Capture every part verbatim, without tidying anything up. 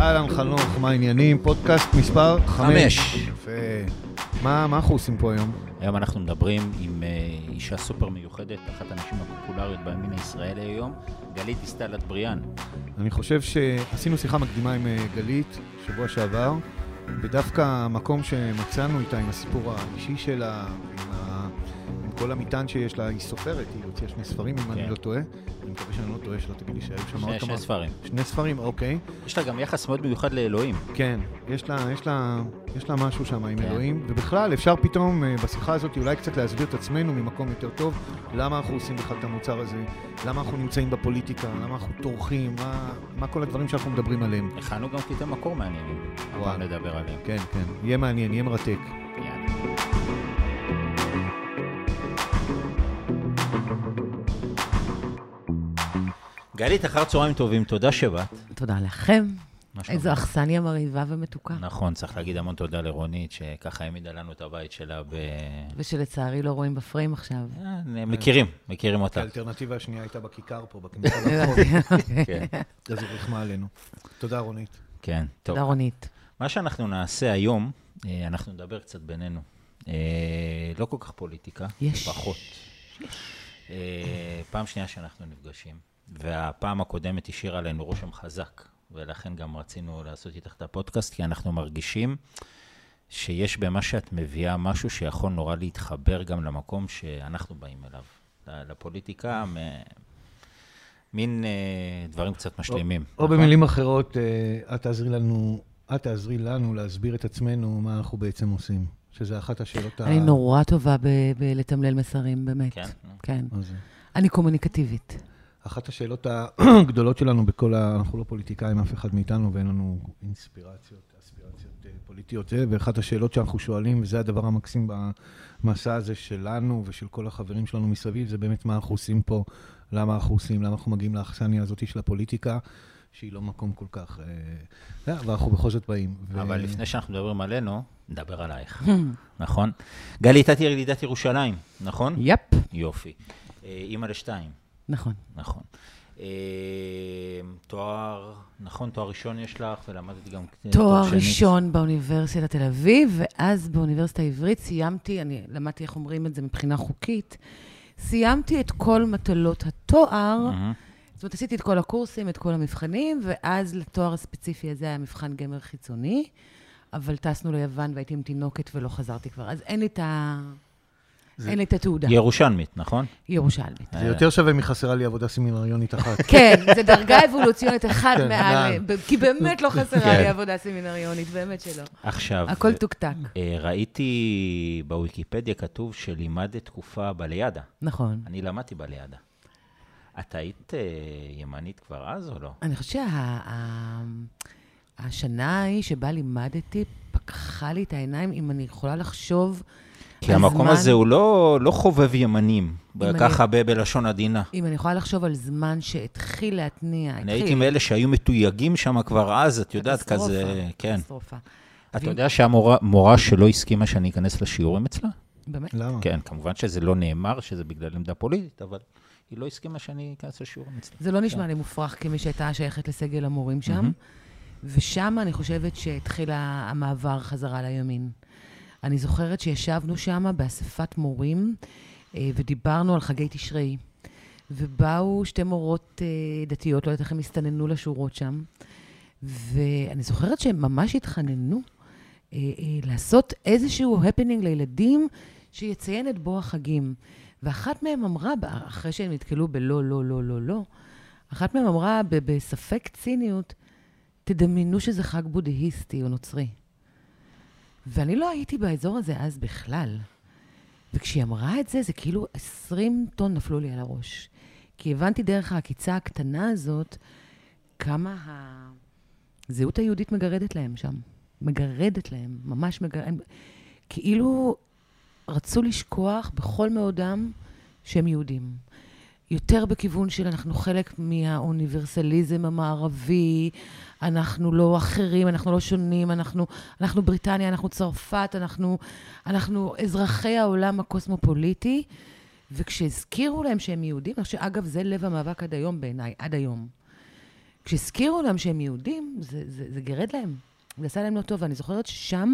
אהלן חנוך, מה העניינים? פודקאסט מספר חמש. יפה. מה, מה אנחנו עושים פה היום? היום אנחנו מדברים עם uh, אישה סופר מיוחדת, אחת הנשים הפופולריות בימין הישראלי היום, גלית דיסטל אטבריאן. אני חושב שעשינו שיחה מקדימה עם גלית שבוע שעבר, ודווקא המקום שמצאנו איתה עם הסיפור האישי שלה, עם, ה... עם כל המטען שיש לה, היא סופרת, היא הוציאה שני ספרים, אם כן. אני לא טועה. אני מקווה שאני לא טועה, שלא תגיד לי שהיו שם שני, עוד כמה... שני ספרים. שני ספרים, אוקיי. יש לה גם יחס מאוד מיוחד לאלוהים. כן, יש לה, יש לה, יש לה משהו שם עם כן. אלוהים, ובכלל אפשר פתאום בשיחה הזאת אולי קצת להסביר את עצמנו ממקום יותר טוב, למה אנחנו עושים בכלל את המוצר הזה, למה אנחנו נמצאים בפוליטיקה, למה אנחנו תורכים, מה, מה כל הדברים שאנחנו מדברים עליהם. הכנו גם קטעי מקור מעניינים, אבל נדבר עליהם. כן, כן, יהיה מעניין, יהיה מרתק. יאללה. גלית, אחר צהריים טובים, תודה שבאת. תודה לכם. איזו אכסניה מרהיבה ומתוקה. נכון, צריך להגיד המון תודה לרונית, שככה העמידה לנו את הבית שלה ב... ושלצערי לא רואים בפריים עכשיו. מכירים, מכירים אותה. האלטרנטיבה השנייה הייתה בכיכר פה, בכניסה לרחוב. כן. אז היא רחמה עלינו. תודה רונית. כן, טוב. תודה רונית. מה שאנחנו נעשה היום, אנחנו נדבר קצת בינינו. לא כל כך פוליטיקה, יש. פחות. פעם שנייה שאנחנו נפגשים. והפעם הקודמת השאירה עלינו רושם חזק, ולכן גם רצינו לעשות איתך את הפודקאסט, כי אנחנו מרגישים שיש במה שאת מביאה משהו שיכול נורא להתחבר גם למקום שאנחנו באים אליו, לפוליטיקה, מין דברים קצת משלימים. או במילים אחרות, את תעזרי לנו, את תעזרי לנו להסביר את עצמנו מה אנחנו בעצם עושים, שזה אחת השאלות ה... אני נורא טובה בלתמלל מסרים, באמת. כן? כן. אני קומוניקטיבית. אחת השאלות הגדולות שלנו בכל ה... אנחנו לא פוליטיקאים, אף אחד מאיתנו, ואין לנו אינספירציות, אספירציות פוליטיות, ואחת השאלות שאנחנו שואלים, וזה הדבר המקסים במסע הזה שלנו ושל כל החברים שלנו מסביב, זה באמת מה אנחנו עושים פה, למה אנחנו עושים, למה אנחנו מגיעים לאכסניה הזאת של הפוליטיקה, שהיא לא מקום כל כך... ואנחנו בכל זאת באים. אבל לפני שאנחנו מדברים עלינו, נדבר עלייך, נכון? גלית, את ילידת ירושלים, נכון? יפ. יופי. אימא לשתיים. נכון. נכון. תואר, נכון, תואר ראשון יש לך, ולמדת גם תואר ראשון באוניברסיטת תל אביב, ואז באוניברסיטה העברית סיימתי, אני למדתי איך אומרים את זה מבחינה חוקית, סיימתי את כל מטלות התואר, זאת אומרת, עשיתי את כל הקורסים, את כל המבחנים, ואז לתואר הספציפי הזה היה מבחן גמר חיצוני, אבל טסנו ליוון והייתי עם תינוקת ולא חזרתי כבר, אז אין לי את ה... אין לי את התעודה. ירושלמית, נכון? ירושלמית. זה יותר שווה מחסרה לי עבודה סמינריונית אחת. כן, זה דרגה אבולוציונית אחת מעל, כי באמת לא חסרה לי עבודה סמינריונית, באמת שלא. עכשיו, הכל תוקתק. ראיתי בוויקיפדיה כתוב שלימדת תקופה בליאדה. נכון. אני למדתי בליאדה. את היית ימנית כבר אז או לא? אני חושבת שהשנה ההיא שבה לימדתי, פקחה לי את העיניים, אם אני יכולה לחשוב... כי המקום הזה הוא לא, לא חובב ימנים, ככה אני, בלשון עדינה. אם אני יכולה לחשוב על זמן שהתחיל להתניע, אני התחיל... הייתי מאלה שהיו מתויגים שם כבר אז, את יודעת, כזה, כן. קטסטרופה. אתה יודע שהמורה שלא הסכימה שאני אכנס לשיעורים אצלה? באמת? למה? כן, כמובן שזה לא נאמר, שזה בגלל עמדה פוליטית, אבל היא לא הסכימה שאני אכנס לשיעורים אצלה. זה לא נשמע לי מופרך, כמי שהייתה שייכת לסגל המורים שם, ושם אני חושבת שהתחיל המעבר חזרה לימין. אני זוכרת שישבנו שם באספת מורים, ודיברנו על חגי תשרי, ובאו שתי מורות דתיות, לא יודעת איך הם הסתננו לשורות שם, ואני זוכרת שהם ממש התחננו לעשות איזשהו הפנינג לילדים שיציין את בוא החגים. ואחת מהם אמרה, אחרי שהם נתקלו בלא, לא, לא, לא, לא, אחת מהם אמרה בספק ציניות, תדמיינו שזה חג בודהיסטי או נוצרי. ואני לא הייתי באזור הזה אז בכלל. וכשהיא אמרה את זה, זה כאילו עשרים טון נפלו לי על הראש. כי הבנתי דרך העקיצה הקטנה הזאת, כמה הזהות היהודית מגרדת להם שם. מגרדת להם, ממש מגרדת. כאילו רצו לשכוח בכל מאודם שהם יהודים. יותר בכיוון של אנחנו חלק מהאוניברסליזם המערבי, אנחנו לא אחרים, אנחנו לא שונים, אנחנו, אנחנו בריטניה, אנחנו צרפת, אנחנו, אנחנו אזרחי העולם הקוסמופוליטי, וכשהזכירו להם שהם יהודים, שאגב זה לב המאבק עד היום בעיניי, עד היום. כשהזכירו להם שהם יהודים, זה, זה, זה גרד להם. זה עשה להם לא טוב, ואני זוכרת ששם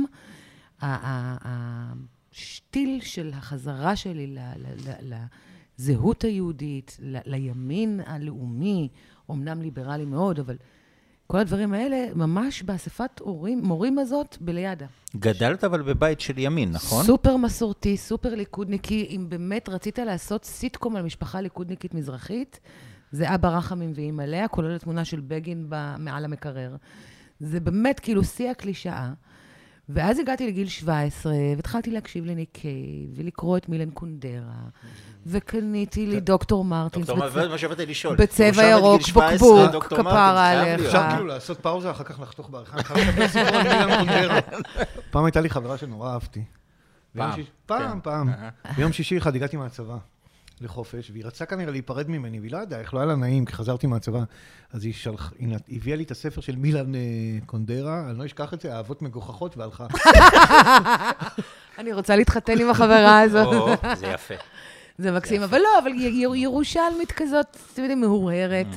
השתיל של החזרה שלי ל, ל, ל, לזהות היהודית, ל, לימין הלאומי, אומנם ליברלי מאוד, אבל כל הדברים האלה ממש באספת הורים, מורים הזאת בלידה. גדלת אבל בבית של ימין, נכון? סופר מסורתי, סופר ליכודניקי. אם באמת רצית לעשות סיטקום על משפחה ליכודניקית מזרחית, זה אבא רחמים ואמא לאה, כולל התמונה של בגין מעל המקרר. זה באמת כאילו שיא הקלישאה. ואז הגעתי לגיל שבע עשרה, והתחלתי להקשיב לניקי, ולקרוא את מילן קונדרה, וקניתי לי דוקטור מרטינס. דוקטור מרטינס, מה שבאתי לשאול. בצבע ירוק, בוקבוק, כפרה עליך. אפשר כאילו לעשות פאוזה, אחר כך לחתוך בעריכה. אני חייב לקבל סיפור על מילן קונדרה. פעם הייתה לי חברה שנורא אהבתי. פעם. פעם, פעם. ביום שישי אחד הגעתי מהצבא לחופש, והיא רצה כנראה להיפרד ממני, והיא לא ידעה, איך לא היה לה נעים, כי חזרתי מהצבא. אז היא הביאה לי את הספר של מילן קונדרה, אני לא אשכח את זה, אהבות מגוחכות, והלכה. אני רוצה להתחתן עם החברה הזאת. זה יפה. זה מקסים, אבל לא, אבל ירושלמית כזאת, אתם יודעים, מהורהרת,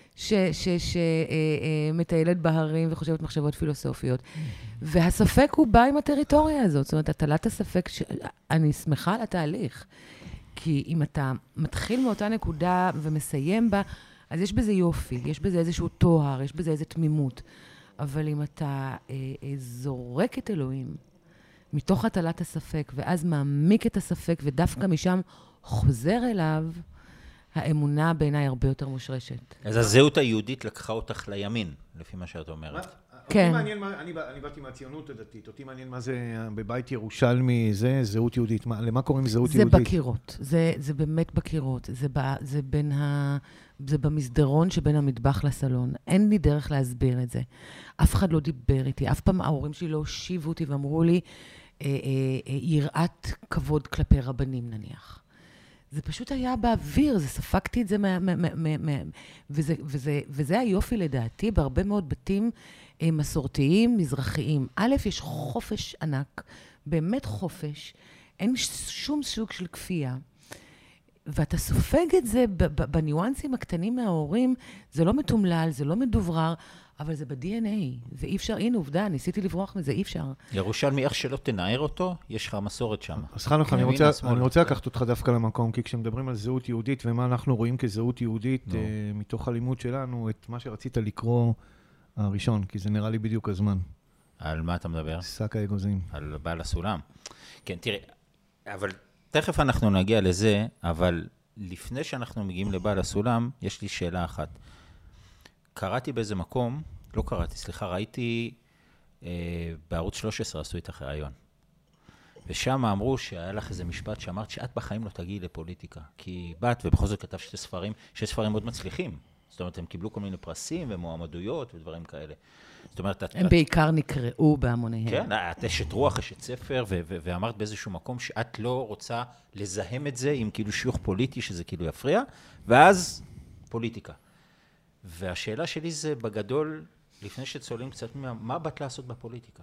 שמטיילת בהרים וחושבת מחשבות פילוסופיות. והספק הוא בא עם הטריטוריה הזאת, זאת אומרת, הטלת הספק, אני שמחה על התהליך. כי אם אתה מתחיל מאותה נקודה ומסיים בה, אז יש בזה יופי, יש בזה איזשהו תואר, יש בזה איזו תמימות. אבל אם אתה אה, אה, זורק את אלוהים מתוך הטלת הספק, ואז מעמיק את הספק, ודווקא משם חוזר אליו, האמונה בעיניי הרבה יותר מושרשת. אז הזהות היהודית לקחה אותך לימין, לפי מה שאת אומרת. כן. אותי מעניין, אני באתי מהציונות הדתית, אותי מעניין מה זה בבית ירושלמי, זה זהות יהודית. למה קוראים זהות יהודית? זה בקירות, זה, זה באמת בקירות. זה, ב, זה, בין ה, זה במסדרון שבין המטבח לסלון. אין לי דרך להסביר את זה. אף אחד לא דיבר איתי, אף פעם ההורים שלי לא הושיבו אותי ואמרו לי, אה, אה, אה, יראת כבוד כלפי רבנים נניח. זה פשוט היה באוויר, זה ספקתי את זה, מה, מה, מה, מה, וזה, וזה, וזה היופי לדעתי בהרבה מאוד בתים מסורתיים, מזרחיים. א', יש חופש ענק, באמת חופש, אין שום סוג של כפייה, ואתה סופג את זה בניואנסים הקטנים מההורים, זה לא מתומלל, זה לא מדוברר, אבל זה ב-די אן איי, ואי אפשר, הנה עובדה, ניסיתי לברוח מזה, אי אפשר. ירושלמי, איך שלא תנער אותו, יש לך מסורת שם. אז חנוך, אני רוצה, אני רוצה לקחת אותך דווקא למקום, כי כשמדברים על זהות יהודית, ומה אנחנו רואים כזהות יהודית, מתוך הלימוד שלנו, את מה שרצית לקרוא הראשון, כי זה נראה לי בדיוק הזמן. על מה אתה מדבר? שק האגוזים. על בעל הסולם. כן, תראה, אבל תכף אנחנו נגיע לזה, אבל לפני שאנחנו מגיעים לבעל הסולם, יש לי שאלה אחת. קראתי באיזה מקום, לא קראתי, סליחה, ראיתי אה, בערוץ שלוש עשרה עשו איתך ראיון. ושם אמרו שהיה לך איזה משפט שאמרת שאת בחיים לא תגיעי לפוליטיקה. כי באת ובכל זאת כתב שתי ספרים, שתי ספרים מאוד מצליחים. זאת אומרת, הם קיבלו כל מיני פרסים ומועמדויות ודברים כאלה. זאת אומרת, הם את, בעיקר נקראו בהמוניהם. כן, את אשת רוח, אשת ספר, ו- ו- ואמרת באיזשהו מקום שאת לא רוצה לזהם את זה עם כאילו שיוך פוליטי, שזה כאילו יפריע, ואז פוליטיקה. והשאלה שלי זה בגדול, לפני שצוללים קצת, מה באת לעשות בפוליטיקה?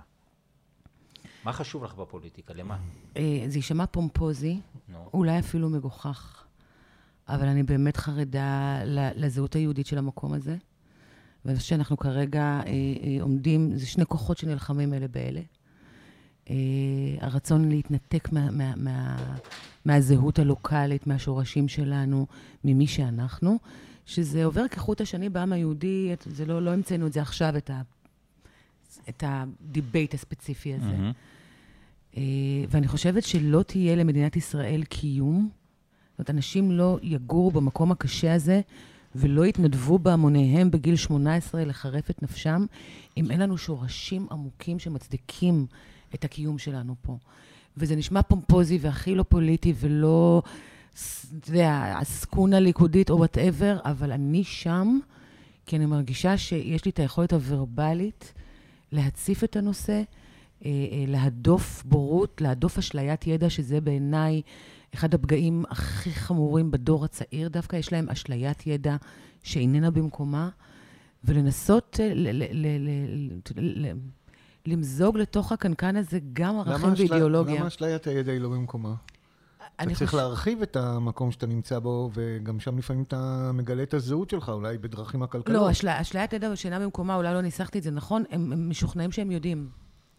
מה חשוב לך בפוליטיקה? למה? זה יישמע פומפוזי, אולי אפילו מגוחך, אבל אני באמת חרדה לזהות היהודית של המקום הזה, ואני חושב שאנחנו כרגע עומדים, זה שני כוחות שנלחמים אלה באלה. הרצון להתנתק מה, מה, מה, מהזהות הלוקלית, מהשורשים שלנו, ממי שאנחנו, שזה עובר כחוט השני בעם היהודי, זה לא, לא המצאנו את זה עכשיו, את, ה, את הדיבייט הספציפי הזה. Mm-hmm. ואני חושבת שלא תהיה למדינת ישראל קיום, זאת אומרת, אנשים לא יגורו במקום הקשה הזה, ולא יתנדבו בהמוניהם בגיל שמונה עשרה לחרף את נפשם, אם אין לנו שורשים עמוקים שמצדיקים את הקיום שלנו פה. וזה נשמע פומפוזי והכי לא פוליטי ולא, אתה יודע, הסקונה ליכודית או whatever, אבל אני שם, כי אני מרגישה שיש לי את היכולת הוורבלית להציף את הנושא, להדוף בורות, להדוף אשליית ידע, שזה בעיניי אחד הפגעים הכי חמורים בדור הצעיר, דווקא יש להם אשליית ידע שאיננה במקומה, ולנסות ל- ל- ל- ל- ל- למזוג לתוך הקנקן הזה גם ערכים ואידיאולוגיה. למה אשליית הידע היא לא במקומה? אתה צריך להרחיב את המקום שאתה נמצא בו, וגם שם לפעמים אתה מגלה את הזהות שלך, אולי בדרכים הכלכלות. לא, אשליית ידע ושינה במקומה, אולי לא ניסחתי את זה נכון, הם משוכנעים שהם יודעים.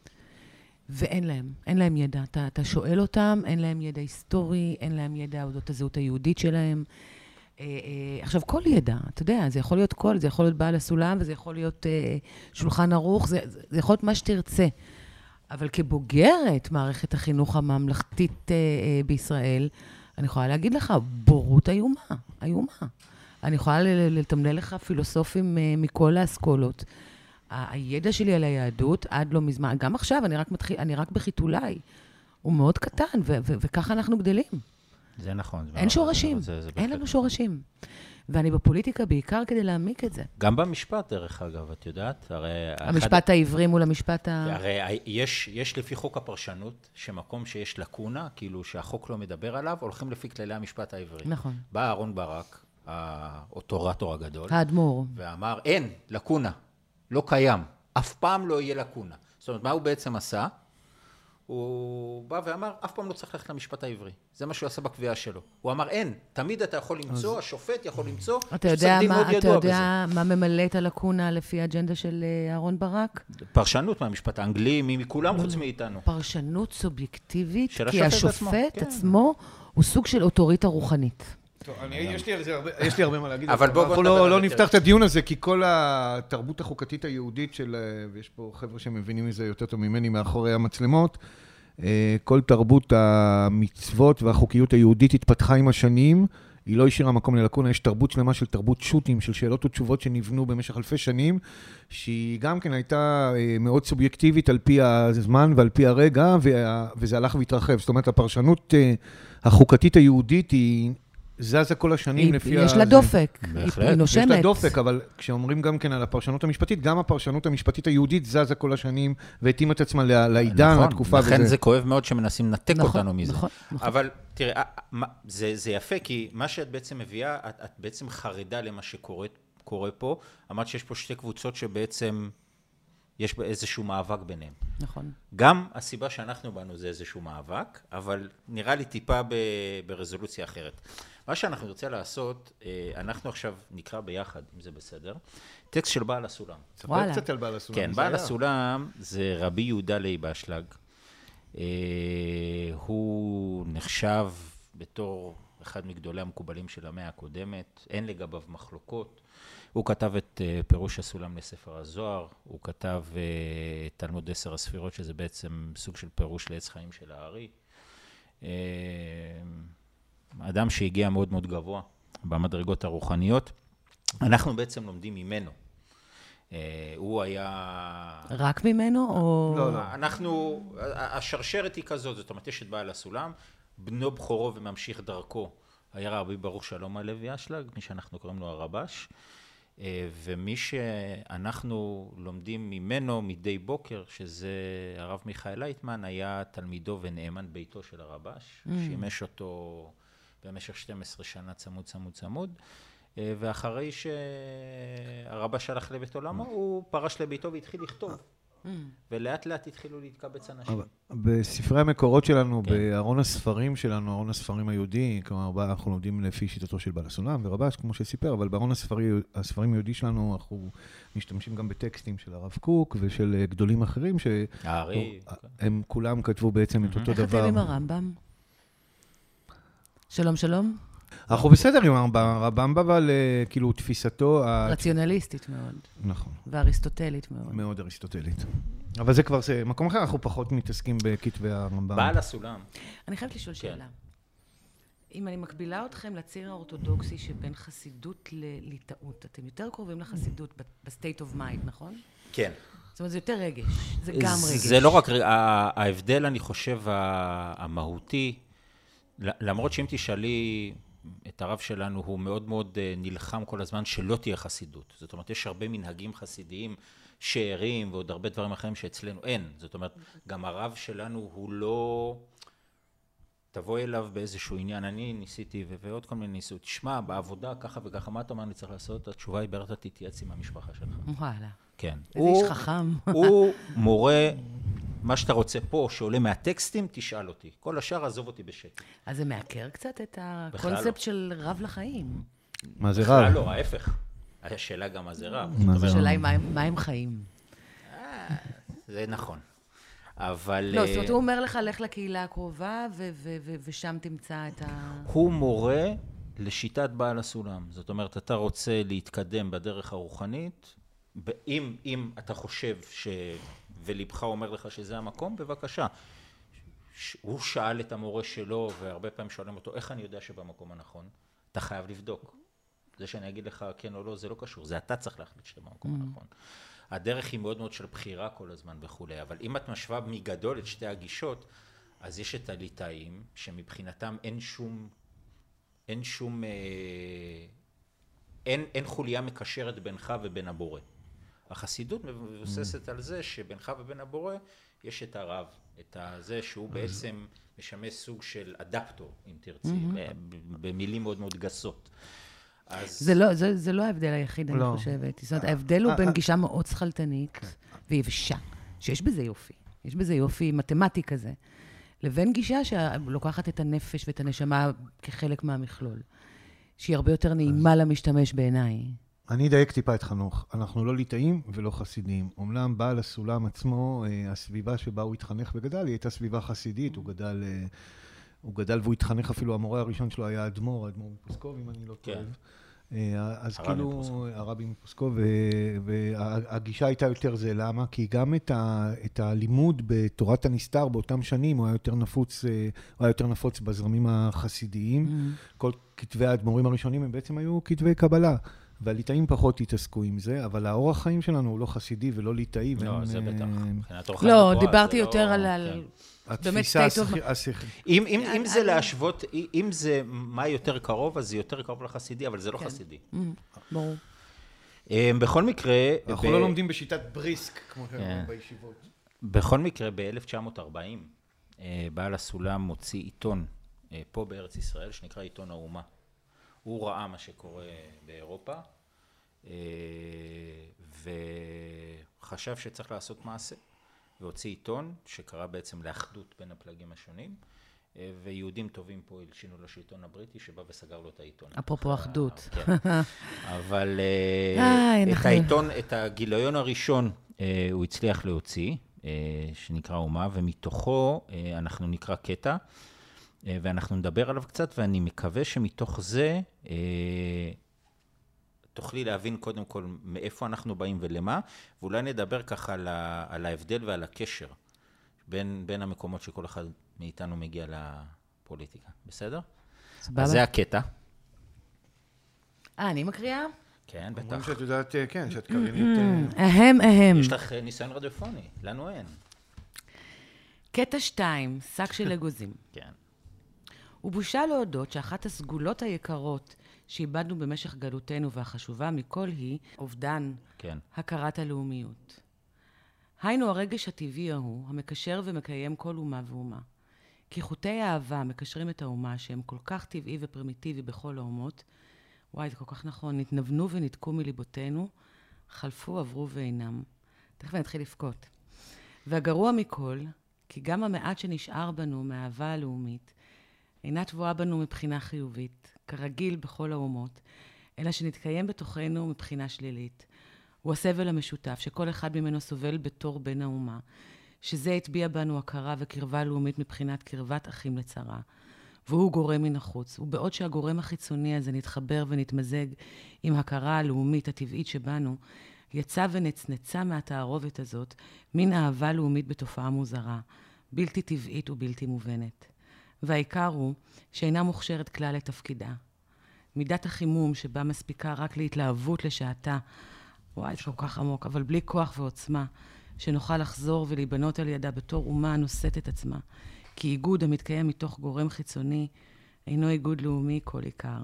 ואין להם, אין להם ידע. אתה, אתה שואל אותם, אין להם ידע היסטורי, אין להם ידע אודות הזהות היהודית שלהם. אה, אה, עכשיו, כל ידע, אתה יודע, זה יכול להיות כל, זה יכול להיות בעל הסולם, וזה יכול להיות אה, שולחן ערוך, זה, זה יכול להיות מה שתרצה. אבל כבוגרת מערכת החינוך הממלכתית אה, אה, בישראל, אני יכולה להגיד לך, בורות איומה, איומה. אני יכולה לתמנה לך פילוסופים אה, מכל האסכולות. הידע שלי על היהדות, עד לא מזמן, גם עכשיו, אני רק, מתחיל, אני רק בחיתולי, הוא מאוד קטן, ו- ו- וככה אנחנו גדלים. זה נכון. אין שורשים, זה, זה אין לנו שורשים. ואני בפוליטיקה בעיקר כדי להעמיק את זה. גם במשפט, דרך אגב, את יודעת? הרי המשפט אחד... העברי מול המשפט ה... הרי יש, יש לפי חוק הפרשנות, שמקום שיש לקונה, כאילו שהחוק לא מדבר עליו, הולכים לפי כללי המשפט העברי. נכון. בא אהרון ברק, האוטורטור הגדול, האדמו"ר, ואמר, אין, לקונה. לא קיים, אף פעם לא יהיה לקונה. זאת אומרת, מה הוא בעצם עשה? הוא בא ואמר, אף פעם לא צריך ללכת למשפט העברי. זה מה שהוא עשה בקביעה שלו. הוא אמר, אין, תמיד אתה יכול למצוא, אז... השופט יכול למצוא, אתה יודע, מה, אתה יודע מה ממלא את הלקונה לפי האג'נדה של אהרון ברק? פרשנות מהמשפט האנגלי, מכולם לא, חוץ מאיתנו. פרשנות סובייקטיבית, כי השופט השופט עצמו, עצמו כן. הוא סוג של אוטוריטה רוחנית. טוב, אני, יש לי על זה הרבה, יש לי הרבה מה להגיד. אבל בואו אנחנו לא, לא נפתח את הדיון הזה, כי כל התרבות החוקתית היהודית של, ויש פה חבר'ה שמבינים מזה יותר טוב ממני מאחורי המצלמות, כל תרבות המצוות והחוקיות היהודית התפתחה עם השנים, היא לא השאירה מקום ללקונה, יש תרבות שלמה של תרבות שוטים, של שאלות ותשובות שנבנו במשך אלפי שנים, שהיא גם כן הייתה מאוד סובייקטיבית על פי הזמן ועל פי הרגע, וזה הלך והתרחב. זאת אומרת, הפרשנות החוקתית היהודית היא זזה כל השנים לפי... יש לה דופק, היא נושמת. יש לה דופק, אבל כשאומרים גם כן על הפרשנות המשפטית, גם הפרשנות המשפטית היהודית זזה כל השנים, והתאימה את עצמה לעידן, לתקופה. לכן זה כואב מאוד שמנסים לנתק אותנו מזה. אבל תראה, זה יפה, כי מה שאת בעצם מביאה, את בעצם חרדה למה שקורה פה. אמרת שיש פה שתי קבוצות שבעצם יש איזשהו מאבק ביניהם. נכון. גם הסיבה שאנחנו באנו זה איזשהו מאבק, אבל נראה לי טיפה ברזולוציה אחרת. מה שאנחנו נרצה לעשות, אנחנו עכשיו נקרא ביחד, אם זה בסדר, טקסט של בעל הסולם. ספר קצת על בעל הסולם. כן, בעל הסולם זה רבי יהודה לייב אשלג. הוא נחשב בתור אחד מגדולי המקובלים של המאה הקודמת, אין לגביו מחלוקות. הוא כתב את פירוש הסולם לספר הזוהר, הוא כתב תלמוד עשר הספירות, שזה בעצם סוג של פירוש לעץ חיים של הארי. אדם שהגיע מאוד מאוד גבוה במדרגות הרוחניות. אנחנו בעצם לומדים ממנו. הוא היה... רק ממנו או... לא, לא. אנחנו, השרשרת היא כזאת, זאת אומרת, יש את בעל הסולם, בנו בכורו וממשיך דרכו, היה רבי ברוך שלום הלוי אשלג, מי שאנחנו קוראים לו הרבש, ומי שאנחנו לומדים ממנו מדי בוקר, שזה הרב מיכאל לייטמן, היה תלמידו ונאמן ביתו של הרבש, mm. שימש אותו במשך שתים עשרה שנה צמוד צמוד צמוד, ואחרי שהרבש הלך לבית עולמו, הוא פרש לביתו והתחיל לכתוב. ולאט לאט התחילו להתקבץ אנשים. בספרי המקורות שלנו, בארון הספרים שלנו, ארון הספרים היהודי, כלומר, אנחנו לומדים לפי שיטתו של בעל הסולם ורבש, כמו שסיפר, אבל בארון הספרים היהודי שלנו, אנחנו משתמשים גם בטקסטים של הרב קוק ושל גדולים אחרים, שהם כולם כתבו בעצם את אותו דבר. איך אתם עם הרמב"ם? שלום, שלום. אנחנו בסדר עם הרמב"ם, אבל כאילו תפיסתו... רציונליסטית מאוד. נכון. ואריסטוטלית מאוד. מאוד אריסטוטלית. אבל זה כבר מקום אחר, אנחנו פחות מתעסקים בכתבי הרמב"ם. בעל הסולם. אני חייבת לשאול שאלה. אם אני מקבילה אתכם לציר האורתודוקסי שבין חסידות לליטאות, אתם יותר קרובים לחסידות בסטייט אוף מיינד, נכון? כן. זאת אומרת, זה יותר רגש, זה גם רגש. זה לא רק, ההבדל, אני חושב, המהותי, למרות שאם תשאלי... את הרב שלנו, הוא מאוד מאוד נלחם כל הזמן שלא תהיה חסידות. זאת אומרת, יש הרבה מנהגים חסידיים, שערים ועוד הרבה דברים אחרים שאצלנו אין. זאת אומרת, גם הרב שלנו הוא לא... תבוא אליו באיזשהו עניין, אני ניסיתי ועוד כל מיני ניסו, תשמע, בעבודה ככה וככה, מה אתה אומר אני צריך לעשות? התשובה היא, בערך תתייעץ עם המשפחה שלך. וואלה. כן. איזה איש חכם. הוא מורה מה שאתה רוצה פה, שעולה מהטקסטים, תשאל אותי. כל השאר, עזוב אותי בשקט. אז זה מעקר קצת את הקונספט של רב לחיים. מה זה רב? בכלל לא, ההפך. השאלה גם מה זה רב. השאלה היא מה הם חיים. זה נכון. אבל... לא, זאת אומרת, הוא אומר לך, לך לקהילה הקרובה, ושם תמצא את ה... הוא מורה לשיטת בעל הסולם. זאת אומרת, אתה רוצה להתקדם בדרך הרוחנית, אם, אם אתה חושב ש... ולבך אומר לך שזה המקום, בבקשה. הוא שאל את המורה שלו, והרבה פעמים שואלים אותו, איך אני יודע שבמקום הנכון? אתה חייב לבדוק. זה שאני אגיד לך כן או לא, זה לא קשור. זה אתה צריך להחליט שאתה במקום הנכון. הדרך היא מאוד מאוד של בחירה כל הזמן וכולי, אבל אם את משווה מגדול את שתי הגישות, אז יש את הליטאים, שמבחינתם אין שום, אין שום, אה, אין, אין חוליה מקשרת בינך ובין הבורא. החסידות מבוססת על זה שבינך ובין הבורא יש את הרב, את זה שהוא בעצם משמש סוג של אדפטור, אם תרצי, במילים מאוד מאוד גסות. זה לא, זה, זה לא ההבדל היחיד, אני חושבת. זאת אומרת, ההבדל הוא בין גישה מאוד שכלתנית ויבשה, שיש בזה יופי, יש בזה יופי מתמטי כזה, לבין גישה שלוקחת את הנפש ואת הנשמה כחלק מהמכלול, שהיא הרבה יותר נעימה למשתמש בעיניי. אני אדייק טיפה את חנוך. אנחנו לא ליטאים ולא חסידים. אומנם בעל הסולם עצמו, הסביבה שבה הוא התחנך וגדל, היא הייתה סביבה חסידית, הוא גדל... הוא גדל והוא התחנך אפילו, המורה הראשון שלו היה אדמו"ר, האדמו"ר מפוסקוב, אם אני לא טועה. אז כאילו, הרבי מפוסקוב, והגישה הייתה יותר זה, למה? כי גם את הלימוד בתורת הנסתר באותם שנים, הוא היה יותר נפוץ, הוא היה יותר נפוץ בזרמים החסידיים. כל כתבי האדמו"רים הראשונים הם בעצם היו כתבי קבלה. והליטאים פחות התעסקו עם זה, אבל האורח חיים שלנו הוא לא חסידי ולא ליטאי. לא, זה בטח. לא, דיברתי יותר על... התפיסה השכלית. אם זה להשוות, אם זה מה יותר קרוב, אז זה יותר קרוב לחסידי, אבל זה לא חסידי. ברור. בכל מקרה... אנחנו לא לומדים בשיטת בריסק, כמו שאומרים בישיבות. בכל מקרה, ב-אלף תשע מאות ארבעים, בעל הסולם מוציא עיתון פה בארץ ישראל, שנקרא עיתון האומה. הוא ראה מה שקורה באירופה, וחשב שצריך לעשות מעשה. והוציא עיתון שקרא בעצם לאחדות בין הפלגים השונים, ויהודים טובים פה הלשינו לשלטון הבריטי, שבא וסגר לו את העיתון. אפרופו אחדות. כן. אבל את העיתון, את הגיליון הראשון, הוא הצליח להוציא, שנקרא אומה, ומתוכו אנחנו נקרא קטע, ואנחנו נדבר עליו קצת, ואני מקווה שמתוך זה תוכלי להבין קודם כל מאיפה אנחנו באים ולמה, ואולי נדבר ככה על, ה, על ההבדל ועל הקשר בין, בין המקומות שכל אחד מאיתנו מגיע לפוליטיקה. בסדר? סבבה. אז זה הקטע. אה, אני מקריאה? כן, בטח. אומרים שאת יודעת, כן, שאת קריינית... אהם, אהם. יש לך ניסיון רדיופוני, לנו אין. קטע שתיים, שק של אגוזים. כן. ובושה להודות שאחת הסגולות היקרות שאיבדנו במשך גלותנו והחשובה מכל היא אובדן כן. הכרת הלאומיות. היינו הרגש הטבעי ההוא, המקשר ומקיים כל אומה ואומה. כי חוטי האהבה מקשרים את האומה שהם כל כך טבעי ופרימיטיבי בכל האומות, וואי, זה כל כך נכון, נתנוונו ונתקו מליבותינו, חלפו, עברו ואינם. תכף אני אתחיל לבכות. והגרוע מכל, כי גם המעט שנשאר בנו מהאהבה הלאומית, אינה תבואה בנו מבחינה חיובית, כרגיל בכל האומות, אלא שנתקיים בתוכנו מבחינה שלילית. הוא הסבל המשותף, שכל אחד ממנו סובל בתור בן האומה, שזה הטביע בנו הכרה וקרבה לאומית מבחינת קרבת אחים לצרה. והוא גורם מן החוץ, ובעוד שהגורם החיצוני הזה נתחבר ונתמזג עם הכרה הלאומית הטבעית שבנו, יצא ונצנצה מהתערובת הזאת מין אהבה לאומית בתופעה מוזרה, בלתי טבעית ובלתי מובנת. והעיקר הוא שאינה מוכשרת כלל לתפקידה. מידת החימום שבה מספיקה רק להתלהבות לשעתה, וואי, זה כל כך עמוק, אבל בלי כוח ועוצמה, שנוכל לחזור ולהיבנות על ידה בתור אומה הנושאת את עצמה, כי איגוד המתקיים מתוך גורם חיצוני, אינו איגוד לאומי כל עיקר.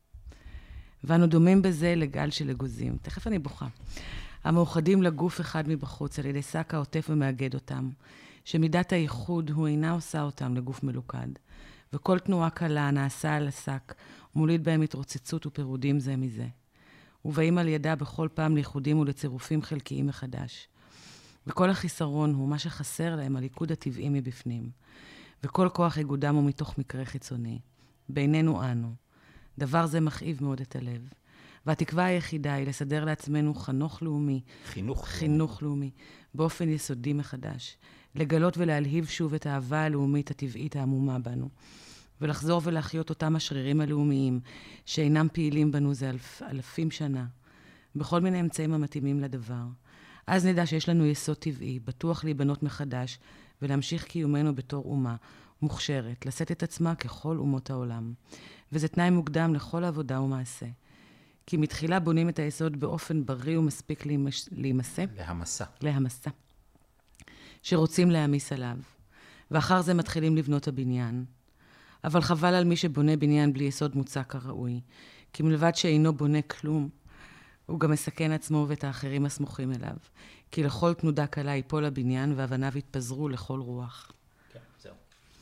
ואנו דומים בזה לגל של אגוזים. תכף אני בוכה. המאוחדים לגוף אחד מבחוץ, על ידי שק העוטף ומאגד אותם, שמידת הייחוד הוא אינה עושה אותם לגוף מלוכד, וכל תנועה קלה נעשה על השק, מוליד בהם התרוצצות ופירודים זה מזה. ובאים על ידה בכל פעם לייחודים ולצירופים חלקיים מחדש. וכל החיסרון הוא מה שחסר להם, הליכוד הטבעי מבפנים. וכל כוח איגודם הוא מתוך מקרה חיצוני. בינינו אנו. דבר זה מכאיב מאוד את הלב. והתקווה היחידה היא לסדר לעצמנו חנוך לאומי. חינוך. חינוך לאומי. באופן יסודי מחדש. לגלות ולהלהיב שוב את האהבה הלאומית הטבעית העמומה בנו. ולחזור ולהחיות אותם השרירים הלאומיים, שאינם פעילים בנו זה אלף, אלפים שנה. בכל מיני אמצעים המתאימים לדבר. אז נדע שיש לנו יסוד טבעי, בטוח להיבנות מחדש, ולהמשיך קיומנו בתור אומה, מוכשרת, לשאת את עצמה ככל אומות העולם. וזה תנאי מוקדם לכל עבודה ומעשה. כי מתחילה בונים את היסוד באופן בריא ומספיק להימסה. להמסה. להמסה. שרוצים להעמיס עליו. ואחר זה מתחילים לבנות הבניין. אבל חבל על מי שבונה בניין בלי יסוד מוצק כראוי. כי מלבד שאינו בונה כלום, הוא גם מסכן עצמו ואת האחרים הסמוכים אליו. כי לכל תנודה קלה ייפול הבניין ואבניו יתפזרו לכל רוח. כן, זהו.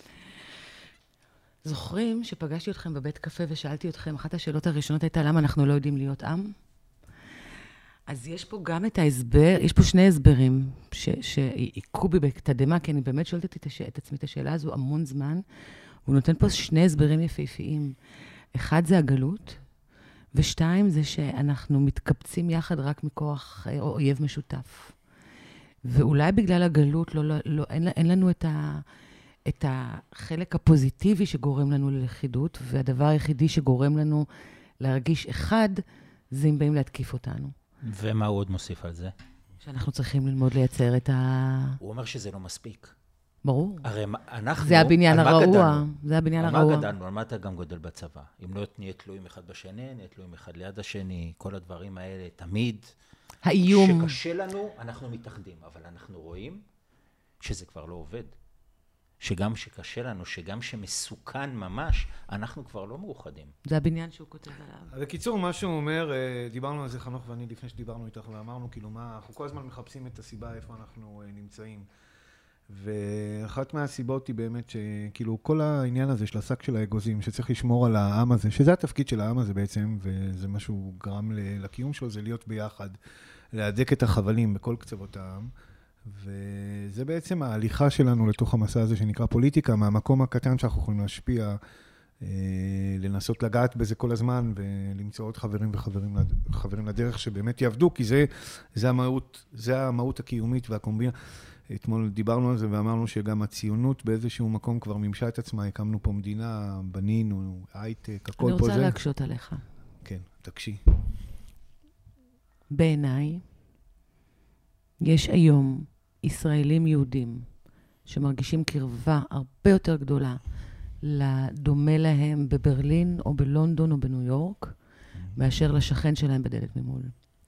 זוכרים שפגשתי אתכם בבית קפה ושאלתי אתכם, אחת השאלות הראשונות הייתה למה אנחנו לא יודעים להיות עם? אז יש פה גם את ההסבר, יש פה שני הסברים שעיקו בי בתדהמה, כי אני באמת שואלת את, הש... את עצמי את השאלה הזו המון זמן, הוא נותן פה שני הסברים יפהפיים. אחד זה הגלות, ושתיים זה שאנחנו מתקבצים יחד רק מכוח או אויב משותף. ואולי בגלל הגלות לא, לא, לא, אין, אין לנו את, ה, את החלק הפוזיטיבי שגורם לנו ללכידות, והדבר היחידי שגורם לנו להרגיש אחד, זה אם באים להתקיף אותנו. ומה הוא עוד מוסיף על זה? שאנחנו צריכים ללמוד לייצר את ה... הוא אומר שזה לא מספיק. ברור. הרי אנחנו... זה הבניין הרעוע. זה הבניין הרעוע. על מה גדלנו? על מה אתה גם גודל בצבא? אם לא נהיה תלויים אחד בשני, נהיה תלויים אחד ליד השני, כל הדברים האלה, תמיד. האיום. שקשה לנו, אנחנו מתאחדים. אבל אנחנו רואים שזה כבר לא עובד. שגם שקשה לנו, שגם שמסוכן ממש, אנחנו כבר לא מאוחדים. זה הבניין שהוא כותב עליו. בקיצור, מה שהוא אומר, דיברנו על זה חנוך ואני לפני שדיברנו איתך, ואמרנו כאילו מה, אנחנו כל הזמן מחפשים את הסיבה איפה אנחנו נמצאים. ואחת מהסיבות היא באמת שכאילו כל העניין הזה של השק של האגוזים, שצריך לשמור על העם הזה, שזה התפקיד של העם הזה בעצם, וזה משהו גרם לקיום שלו, זה להיות ביחד, להדק את החבלים בכל קצוות העם. וזה בעצם ההליכה שלנו לתוך המסע הזה שנקרא פוליטיקה, מהמקום הקטן שאנחנו יכולים להשפיע, לנסות לגעת בזה כל הזמן, ולמצוא עוד חברים וחברים חברים לדרך שבאמת יעבדו, כי זה, זה המהות, זה המהות הקיומית והקומבינה. אתמול דיברנו על זה ואמרנו שגם הציונות באיזשהו מקום כבר מימשה את עצמה, הקמנו פה מדינה, בנינו, הייטק, הכל פה זה. אני רוצה להקשות עליך. כן, תקשי. בעיניי, יש היום ישראלים יהודים שמרגישים קרבה הרבה יותר גדולה לדומה להם בברלין או בלונדון או בניו יורק, מאשר לשכן שלהם בדלת ממול.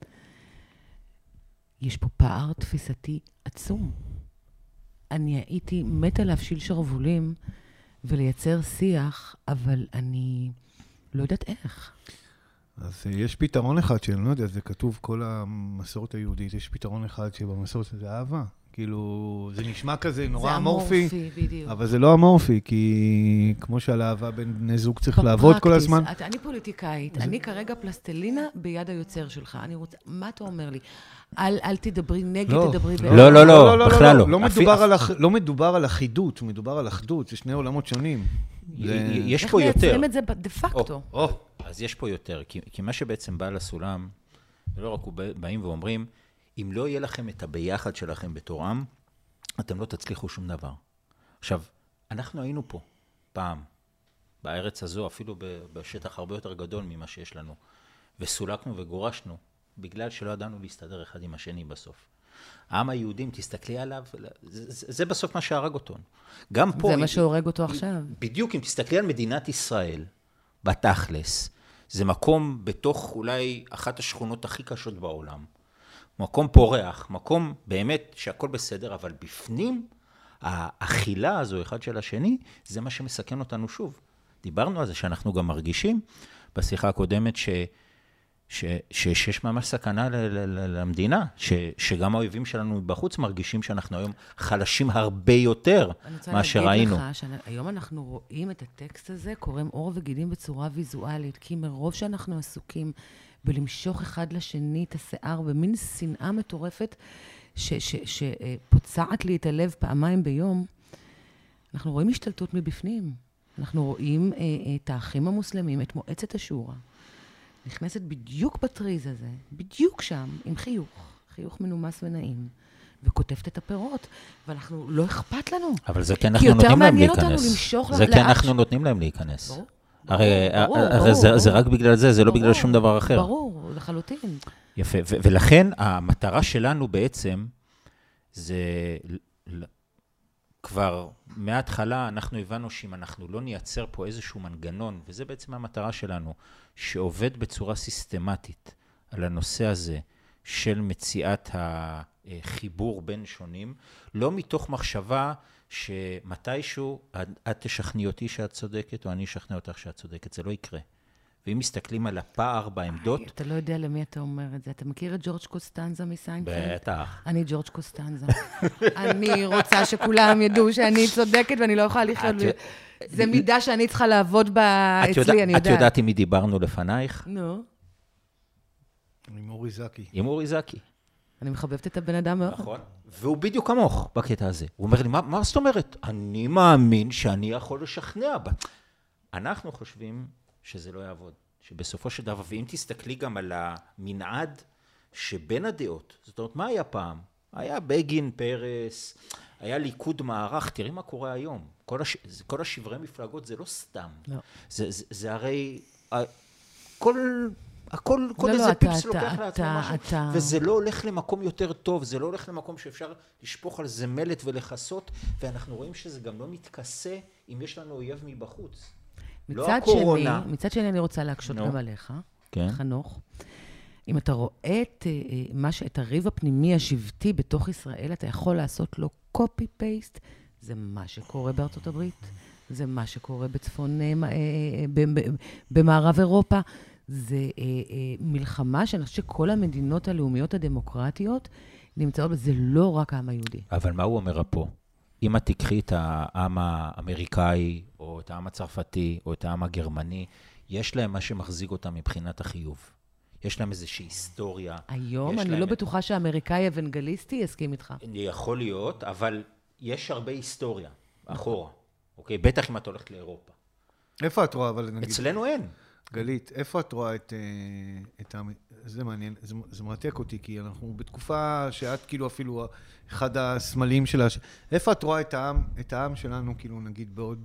יש פה פער תפיסתי עצום. אני הייתי מתה להפשיל שרבולים ולייצר שיח, אבל אני לא יודעת איך. אז יש פתרון אחד שאני לא יודע, זה כתוב כל המסורת היהודית, יש פתרון אחד שבמסורת זה אהבה. כאילו, זה נשמע כזה נורא אמורפי, אבל זה לא אמורפי, כי כמו שעל אהבה בין בני זוג צריך לעבוד כל הזמן. אני פוליטיקאית, אני כרגע פלסטלינה ביד היוצר שלך. אני רוצה, מה אתה אומר לי? אל תדברי נגד, תדברי בעד. לא, לא, לא, בכלל לא. לא מדובר על אחידות, מדובר על אחדות, זה שני עולמות שונים. יש פה יותר. איך מייצרים את זה דה פקטו? אז יש פה יותר, כי מה שבעצם בא לסולם, ולא רק באים ואומרים, אם לא יהיה לכם את הביחד שלכם בתור עם, אתם לא תצליחו שום דבר. עכשיו, אנחנו היינו פה פעם, בארץ הזו, אפילו בשטח הרבה יותר גדול ממה שיש לנו, וסולקנו וגורשנו, בגלל שלא ידענו להסתדר אחד עם השני בסוף. העם היהודים, תסתכלי עליו, זה, זה בסוף מה שהרג אותו. גם פה... זה מה שהורג אותו עכשיו. בדיוק, אם תסתכלי על מדינת ישראל, בתכלס, זה מקום בתוך אולי אחת השכונות הכי קשות בעולם. מקום פורח, מקום באמת שהכל בסדר, אבל בפנים, האכילה הזו אחד של השני, זה מה שמסכן אותנו שוב. דיברנו על זה שאנחנו גם מרגישים בשיחה הקודמת ש, ש, ש, שיש ממש סכנה ל, ל, ל, למדינה, ש, שגם האויבים שלנו בחוץ מרגישים שאנחנו היום חלשים הרבה יותר מה שראינו. אני רוצה להגיד לך שהיום אנחנו רואים את הטקסט הזה, קוראים אור וגידים בצורה ויזואלית, כי מרוב שאנחנו עסוקים ולמשוך אחד לשני את השיער במין שנאה מטורפת, שפוצעת לי את הלב פעמיים ביום, אנחנו רואים השתלטות מבפנים. אנחנו רואים את האחים המוסלמים, את מועצת השורה, נכנסת בדיוק בטריז הזה, בדיוק שם, עם חיוך, חיוך מנומס ונעים, וכותבת את הפירות, ואנחנו, לא אכפת לנו. אבל זה כן אנחנו נותנים להם להיכנס. זה כן אנחנו נותנים להם להיכנס. ברור. הרי זה רק בגלל זה, זה לא בגלל שום דבר אחר. ברור, לחלוטין. יפה, ולכן המטרה שלנו בעצם, זה כבר מההתחלה אנחנו הבנו שאם אנחנו לא נייצר פה איזשהו מנגנון, וזה בעצם המטרה שלנו, שעובד בצורה סיסטמטית על הנושא הזה של מציאת החיבור בין שונים, לא מתוך מחשבה שמתישהו את תשכנעי אותי שאת צודקת, או אני אשכנע אותך שאת צודקת, זה לא יקרה. ואם מסתכלים על הפער בעמדות... אתה לא יודע למי אתה אומר את זה. אתה מכיר את ג'ורג' קוסטנזה מסיינפלד? בטח. אני ג'ורג' קוסטנזה. אני רוצה שכולם ידעו שאני צודקת ואני לא יכולה לחיות. זה מידה שאני צריכה לעבוד בה אצלי, אני יודעת. את יודעת עם מי דיברנו לפנייך? נו. עם אורי זקי. עם אורי זקי. אני מחבבת את הבן אדם מאוד. נכון. והוא בדיוק כמוך בקטע הזה. הוא אומר לי, מה זאת אומרת? אני מאמין שאני יכול לשכנע בה. אנחנו חושבים שזה לא יעבוד. שבסופו של דבר, ואם תסתכלי גם על המנעד שבין הדעות, זאת אומרת, מה היה פעם? היה בגין, פרס, היה ליכוד מערך, תראי מה קורה היום. כל, הש... כל השברי מפלגות זה לא סתם. לא. זה, זה, זה הרי, כל, הכל, כל לא, איזה לא, פיפס אתה, לוקח אתה, לעצמו אתה, משהו, אתה... וזה לא הולך למקום יותר טוב, זה לא הולך למקום שאפשר לשפוך על זה מלט ולחסות, ואנחנו רואים שזה גם לא מתכסה אם יש לנו אויב מבחוץ. מצד שני, מצד שני אני רוצה להקשות גם עליך, חנוך. אם אתה רואה את, מה ש... את הריב הפנימי השבטי בתוך ישראל, אתה יכול לעשות לו copy-paste, זה מה שקורה בארצות הברית, זה מה שקורה בצפון, במערב אירופה, זה מלחמה שאני חושבת שכל המדינות הלאומיות הדמוקרטיות נמצאות, זה לא רק העם היהודי. אבל מה הוא אומר פה? אם את תקחי את העם האמריקאי, או את העם הצרפתי, או את העם הגרמני, יש להם מה שמחזיק אותם מבחינת החיוב. יש להם איזושהי היסטוריה. היום אני לא בטוחה שהאמריקאי אבנגליסטי יסכים איתך. יכול להיות, אבל יש הרבה היסטוריה, אחורה. אוקיי? בטח אם את הולכת לאירופה. איפה את רואה, אבל נגיד... אצלנו אין. גלית, איפה את רואה את... את זה מעניין, זה, זה מרתק אותי, כי אנחנו בתקופה שאת כאילו אפילו אחד הסמלים שלה... איפה את רואה את העם, את העם שלנו, כאילו נגיד בעוד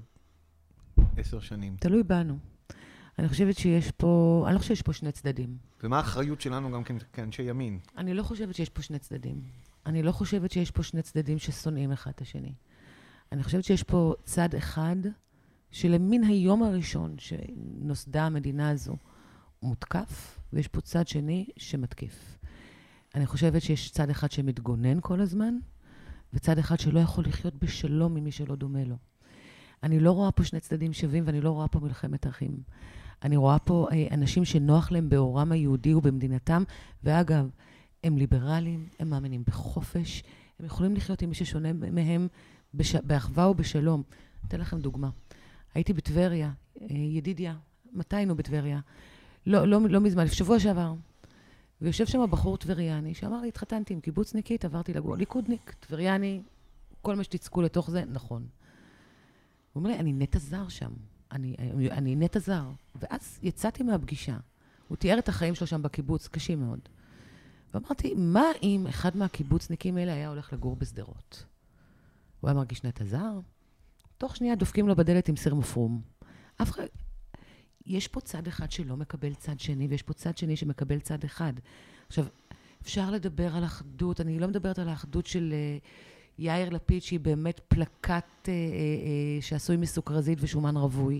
עשר שנים? תלוי בנו. אני חושבת שיש פה, אני לא חושבת שיש פה שני צדדים. ומה האחריות שלנו גם כאנשי ימין? אני לא חושבת שיש פה שני צדדים. אני לא חושבת שיש פה שני צדדים ששונאים אחד את השני. אני חושבת שיש פה צד אחד שלמין היום הראשון שנוסדה המדינה הזו מותקף, ויש פה צד שני שמתקיף. אני חושבת שיש צד אחד שמתגונן כל הזמן, וצד אחד שלא יכול לחיות בשלום ממי שלא דומה לו. אני לא רואה פה שני צדדים שווים, ואני לא רואה פה מלחמת אחים. אני רואה פה אה, אנשים שנוח להם באורם היהודי ובמדינתם, ואגב, הם ליברלים, הם מאמינים בחופש, הם יכולים לחיות עם מי ששונה מהם בש... באחווה ובשלום. אתן לכם דוגמה. הייתי בטבריה, אה, ידידיה, מתי היינו בטבריה? לא, לא, לא מזמן, שבוע שעבר. ויושב שם בחור טבריאני, שאמר לי, התחתנתי עם קיבוצניקית, עברתי לגור, ליכודניק, טבריאני, כל מה שתצקו לתוך זה, נכון. הוא אומר לי, אני נטע זר שם. אני, אני נטע זר. ואז יצאתי מהפגישה. הוא תיאר את החיים שלו שם בקיבוץ, קשים מאוד. ואמרתי, מה אם אחד מהקיבוצניקים האלה היה הולך לגור בסדרות? הוא היה מרגיש נטע זר? תוך שנייה דופקים לו בדלת עם סיר מפרום. אף אחד... יש פה צד אחד שלא מקבל צד שני, ויש פה צד שני שמקבל צד אחד. עכשיו, אפשר לדבר על אחדות, אני לא מדברת על האחדות של... יאיר לפיד, שהיא באמת פלקט אה, אה, שעשוי מסוכרזית ושומן רבוי.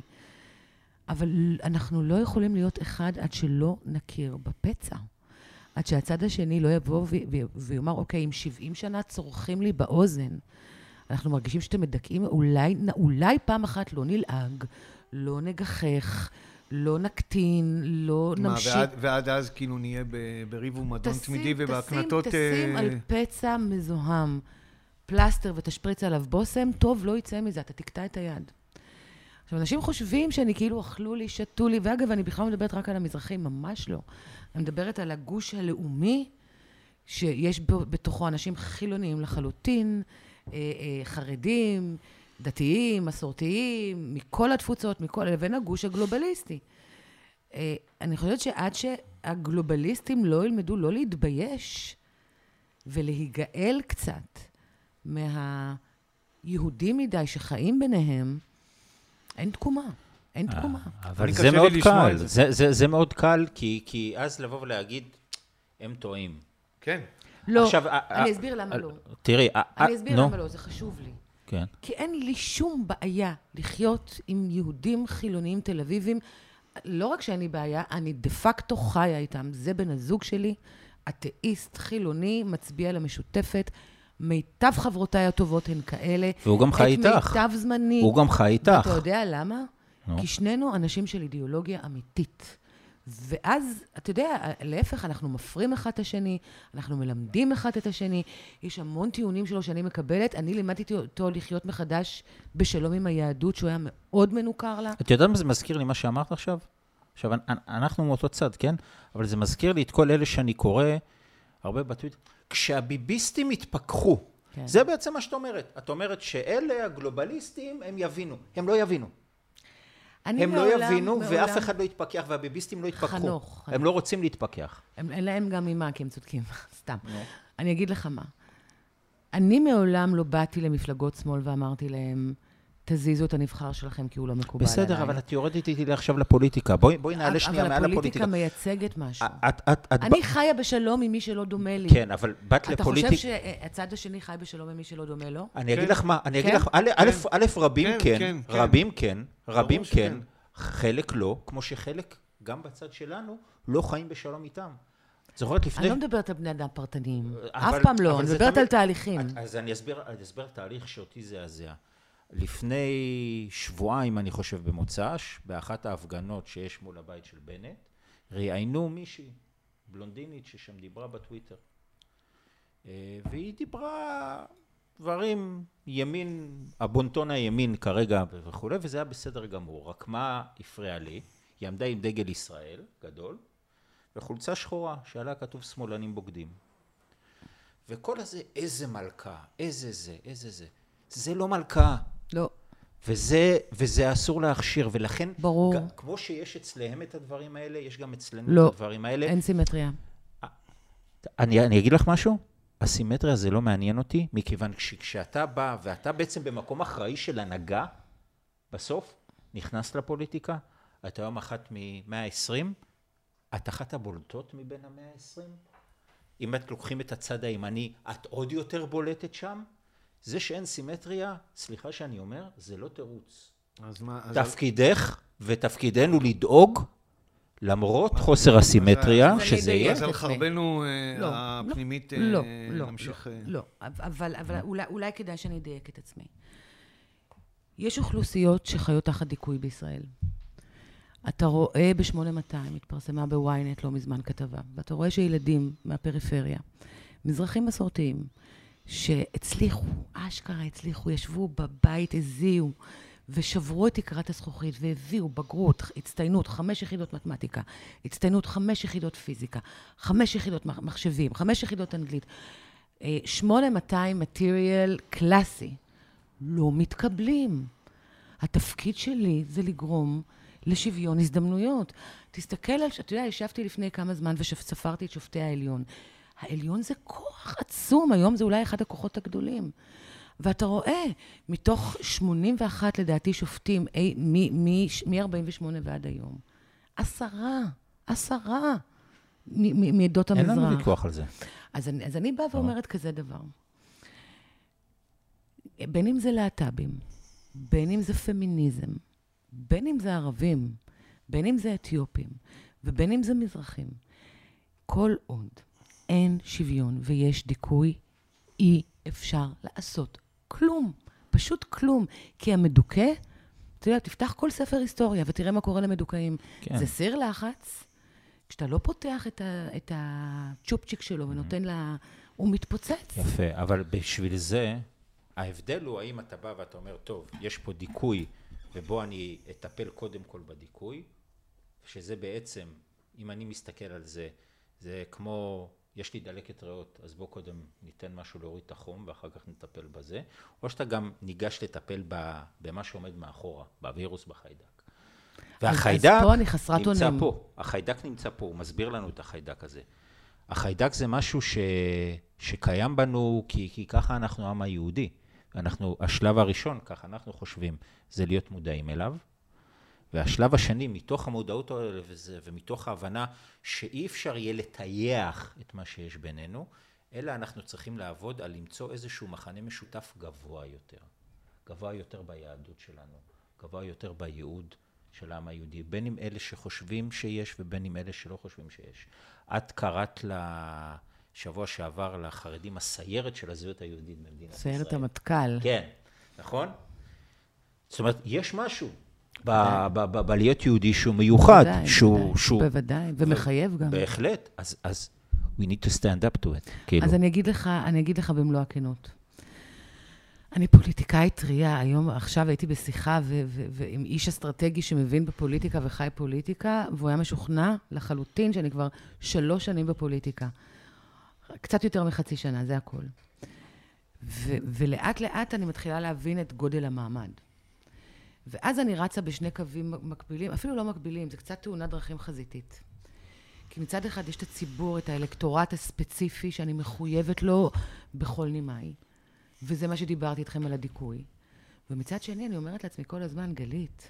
אבל אנחנו לא יכולים להיות אחד עד שלא נכיר בפצע. עד שהצד השני לא יבוא ויאמר, אוקיי, אם שבעים שנה צורכים לי באוזן, אנחנו מרגישים שאתם מדכאים, אולי, אולי פעם אחת לא נלעג, לא נגחך, לא נקטין, לא מה, נמשיך. ועד, ועד אז כאילו נהיה בריב ומדון תמידי ובהקנטות... תשים, תשים על פצע מזוהם. פלסטר ותשפריץ עליו בוסם, טוב, לא יצא מזה, אתה תקטע את היד. עכשיו, אנשים חושבים שאני כאילו אכלו לי, שתו לי, ואגב, אני בכלל מדברת רק על המזרחים, ממש לא. אני מדברת על הגוש הלאומי, שיש בתוכו אנשים חילוניים לחלוטין, חרדים, דתיים, מסורתיים, מכל התפוצות, מכל, לבין הגוש הגלובליסטי. אני חושבת שעד שהגלובליסטים לא ילמדו לא להתבייש ולהיגאל קצת מהיהודים מדי שחיים ביניהם, אין תקומה. אין תקומה. אבל זה מאוד קל. זה מאוד קל, כי אז לבוא ולהגיד, הם טועים. כן. לא, אני אסביר למה לא. תראי, אני אסביר למה לא, זה חשוב לי. כן. כי אין לי שום בעיה לחיות עם יהודים חילוניים תל אביבים. לא רק שאין לי בעיה, אני דה פקטו חיה איתם. זה בן הזוג שלי, אתאיסט חילוני, מצביע למשותפת. מיטב חברותיי הטובות הן כאלה. והוא גם חי איתך. את מיטב זמני. הוא גם חי איתך. ואתה יודע למה? כי שנינו אנשים של אידיאולוגיה אמיתית. ואז, אתה יודע, להפך, אנחנו מפרים אחד את השני, אנחנו מלמדים אחד את השני, יש המון טיעונים שלו שאני מקבלת, אני לימדתי אותו לחיות מחדש בשלום עם היהדות, שהוא היה מאוד מנוכר לה. את יודעת מה זה מזכיר לי מה שאמרת עכשיו? עכשיו, אנחנו מאותו צד, כן? אבל זה מזכיר לי את כל אלה שאני קורא, הרבה בטוויטר, כשהביביסטים התפכחו, כן. זה בעצם מה שאת אומרת. את אומרת שאלה הגלובליסטים, הם יבינו, הם לא יבינו. הם לא יבינו, ואף אחד לא יתפכח, והביביסטים לא יתפכחו. חנוך. הם לא רוצים להתפכח. אין להם גם ממה, כי הם צודקים. סתם. אני אגיד לך מה. אני מעולם לא באתי למפלגות שמאל ואמרתי להם, תזיזו את הנבחר שלכם, כי הוא לא מקובל עליי. בסדר, אבל את יורדת איתי עכשיו לפוליטיקה. בואי נעלה שנייה מעל הפוליטיקה. אבל הפוליטיקה מייצגת משהו. אני חיה בשלום עם מי שלא דומה לי. כן, אבל באת לפוליטיקה... אתה חושב שהצד השני חי בשלום עם מי שלא דומה לו? אני אגיד לך מה, אני אגיד לך, א', רבים כן, רבים כן, רבים כן, חלק לא, כמו שחלק, גם בצד שלנו, לא חיים בשלום איתם. זוכרת לפני... אני לא מדברת על בני אדם פרטניים. אף פעם לא, אני מדברת על תהליכים. אז אני אסביר תהליך שאותי זה הזיה. לפני שבועיים, אני חושב, במוצ"ש, באחת ההפגנות שיש מול הבית של בנט, ראיינו מישהי, בלונדינית, ששם דיברה בטוויטר. והיא דיברה דברים ימין, הבונטון הימין כרגע וכו', וזה היה בסדר גמור. רק מה הפריע לי? היא עמדה עם דגל ישראל, גדול, וחולצה שחורה, שעליה כתוב שמאלנים בוגדים. וכל הזה, איזה מלכה, איזה זה, איזה זה. זה לא מלכה. לא. וזה, וזה אסור להכשיר, ולכן, ברור. גם, כמו שיש אצלהם את הדברים האלה, יש גם אצלנו לא. את הדברים האלה. אין סימטריה. אני, אני אגיד לך משהו? הסימטריה זה לא מעניין אותי, מכיוון שכשאתה בא, ואתה בעצם במקום אחראי של הנהגה, בסוף נכנס לפוליטיקה, אתה היום אחת מ-מאה ועשרים, את אחת הבולטות מבין ה-מאה ועשרים? אם את לוקחים את הצד הימני, את עוד יותר בולטת שם? זה שאין סימטריה, סליחה שאני אומר, זה לא תירוץ. אז מה, אז תפקידך ותפקידנו לדאוג, למרות חוסר הסימטריה, שזה יהיה. אז על חרבנו הפנימית נמשיך... לא, אבל אולי כדאי שאני אדייק את עצמי. יש אוכלוסיות שחיות תחת דיכוי בישראל. אתה רואה ב-שמונה מאתיים, התפרסמה בוויינט לא מזמן כתבה, ואתה רואה שילדים מהפריפריה, מזרחים מסורתיים, שהצליחו, אשכרה הצליחו, ישבו בבית, הזיעו, ושברו את תקרת הזכוכית, והביאו בגרות, הצטיינות, חמש יחידות מתמטיקה, הצטיינות, חמש יחידות פיזיקה, חמש יחידות מחשבים, חמש יחידות אנגלית, שמונה מאתיים מטריאל קלאסי, לא מתקבלים. התפקיד שלי זה לגרום לשוויון הזדמנויות. תסתכל על, אתה יודע, ישבתי לפני כמה זמן וספרתי את שופטי העליון. העליון זה כוח עצום, היום זה אולי אחד הכוחות הגדולים. ואתה רואה, מתוך שמונים ואחת לדעתי שופטים, מ-ארבעים ושמונה ועד היום, עשרה, עשרה מעדות המזרח. אין לנו ויכוח על זה. אז אני, אז אני באה ואומרת כזה דבר. בין אם זה להט"בים, בין אם זה פמיניזם, בין אם זה ערבים, בין אם זה אתיופים, ובין אם זה מזרחים, כל עוד אין שוויון ויש דיכוי, אי אפשר לעשות כלום, פשוט כלום, כי המדוכא, אתה יודע, תפתח כל ספר היסטוריה ותראה מה קורה למדוכאים. כן. זה סיר לחץ, כשאתה לא פותח את, ה, את הצ'ופצ'יק שלו ונותן לה, הוא מתפוצץ. יפה, אבל בשביל זה, ההבדל הוא האם אתה בא ואתה אומר, טוב, יש פה דיכוי, ובו אני אטפל קודם כל בדיכוי, שזה בעצם, אם אני מסתכל על זה, זה כמו יש לי דלקת ריאות, אז בוא קודם ניתן משהו להוריד את החום, ואחר כך נטפל בזה, או שאתה גם ניגש לטפל במה שעומד מאחורה, בווירוס, בחיידק. והחיידק נמצא פה, החיידק נמצא פה, הוא מסביר לנו את החיידק הזה. החיידק זה משהו ש... שקיים בנו, כי, כי ככה אנחנו העם היהודי. אנחנו, השלב הראשון, ככה אנחנו חושבים, זה להיות מודעים אליו. והשלב השני, מתוך המודעות וזה, ומתוך ההבנה שאי אפשר יהיה לטייח את מה שיש בינינו, אלא אנחנו צריכים לעבוד על למצוא איזשהו מחנה משותף גבוה יותר. גבוה יותר ביהדות שלנו, גבוה יותר בייעוד של העם היהודי, בין עם אלה שחושבים שיש ובין עם אלה שלא חושבים שיש. את קראת לשבוע שעבר לחרדים הסיירת של הזהות היהודית במדינת ישראל. סיירת המטכ"ל. כן, נכון? זאת אומרת, יש משהו בלהיות יהודי שהוא מיוחד. בוודאי, ומחייב גם. בהחלט, אז we need to stand up to it. אז אני אגיד לך, אני אגיד לך במלוא הכנות. אני פוליטיקאית טריה, היום, עכשיו הייתי בשיחה ועם איש אסטרטגי שמבין בפוליטיקה וחי פוליטיקה, והוא היה משוכנע לחלוטין שאני כבר שלוש שנים בפוליטיקה. קצת יותר מחצי שנה, זה הכל. ולאט לאט אני מתחילה להבין את גודל המעמד. ואז אני רצה בשני קווים מקבילים, אפילו לא מקבילים, זה קצת תאונת דרכים חזיתית. כי מצד אחד יש את הציבור, את האלקטורט הספציפי שאני מחויבת לו בכל נימי. וזה מה שדיברתי איתכם על הדיכוי. ומצד שני אני אומרת לעצמי כל הזמן, גלית,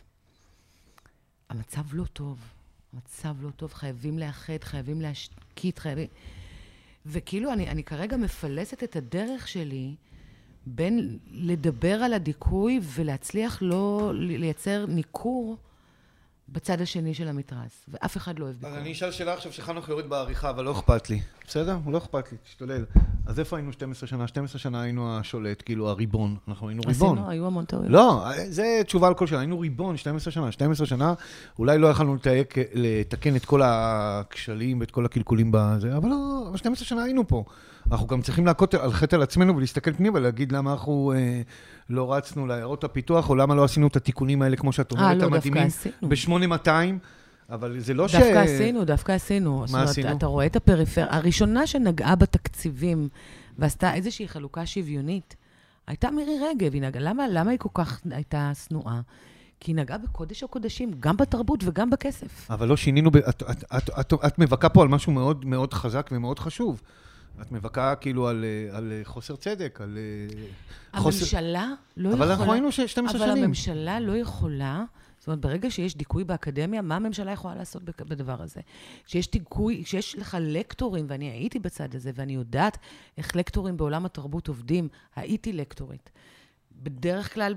המצב לא טוב. המצב לא טוב, חייבים לאחד, חייבים להשקיט, חייבים... וכאילו אני, אני כרגע מפלסת את הדרך שלי בין לדבר על הדיכוי ולהצליח לא לייצר ניכור בצד השני של המתרס, ואף אחד לא אוהב ביקורת. אז אני אשאל שאלה עכשיו שחנוך יורד בעריכה, אבל לא אכפת לי. בסדר? הוא לא אכפת לי, תשתולל. אז איפה היינו שתים עשרה שנה? שתים עשרה שנה היינו השולט, כאילו הריבון. אנחנו היינו ריבון. עשינו, היו המון טעויות. לא, זה תשובה על כל שנה. היינו ריבון שתים עשרה שנה. שתים עשרה שנה, אולי לא יכולנו לתקן את כל הכשלים ואת כל הקלקולים בזה, אבל לא, שתים עשרה שנה היינו פה. אנחנו גם צריכים להכות על חטא על עצמנו ולהסתכל פנימה ולהגיד למה אנחנו אה, לא רצנו לעיירות הפיתוח, או למה לא עשינו את התיקונים האלה, כמו שאת אומרת, המדהימים, ב-שמונה מאתיים, אבל זה לא ש... דווקא עשינו, דווקא עשינו. מה עשינו? אתה רואה את הפריפריה. הראשונה שנגעה בתקציבים, ועשתה איזושהי חלוקה שוויונית, הייתה מירי רגב. היא נגעה, למה, למה היא כל כך הייתה שנואה? כי היא נגעה בקודש הקודשים, גם בתרבות וגם בכסף. אבל לא שינינו, ב... את, את, את, את, את מבקה פה על משהו מאוד, מאוד חזק ומאוד חשוב. את מבקה כאילו על, על חוסר צדק, על חוסר... הממשלה לא יכולה... אבל אנחנו היינו שתים עשרה שנים. אבל הממשלה לא יכולה... זאת אומרת, ברגע שיש דיכוי באקדמיה, מה הממשלה יכולה לעשות בדבר הזה? שיש דיכוי, שיש לך לקטורים, ואני הייתי בצד הזה, ואני יודעת איך לקטורים בעולם התרבות עובדים, הייתי לקטורית. בדרך כלל,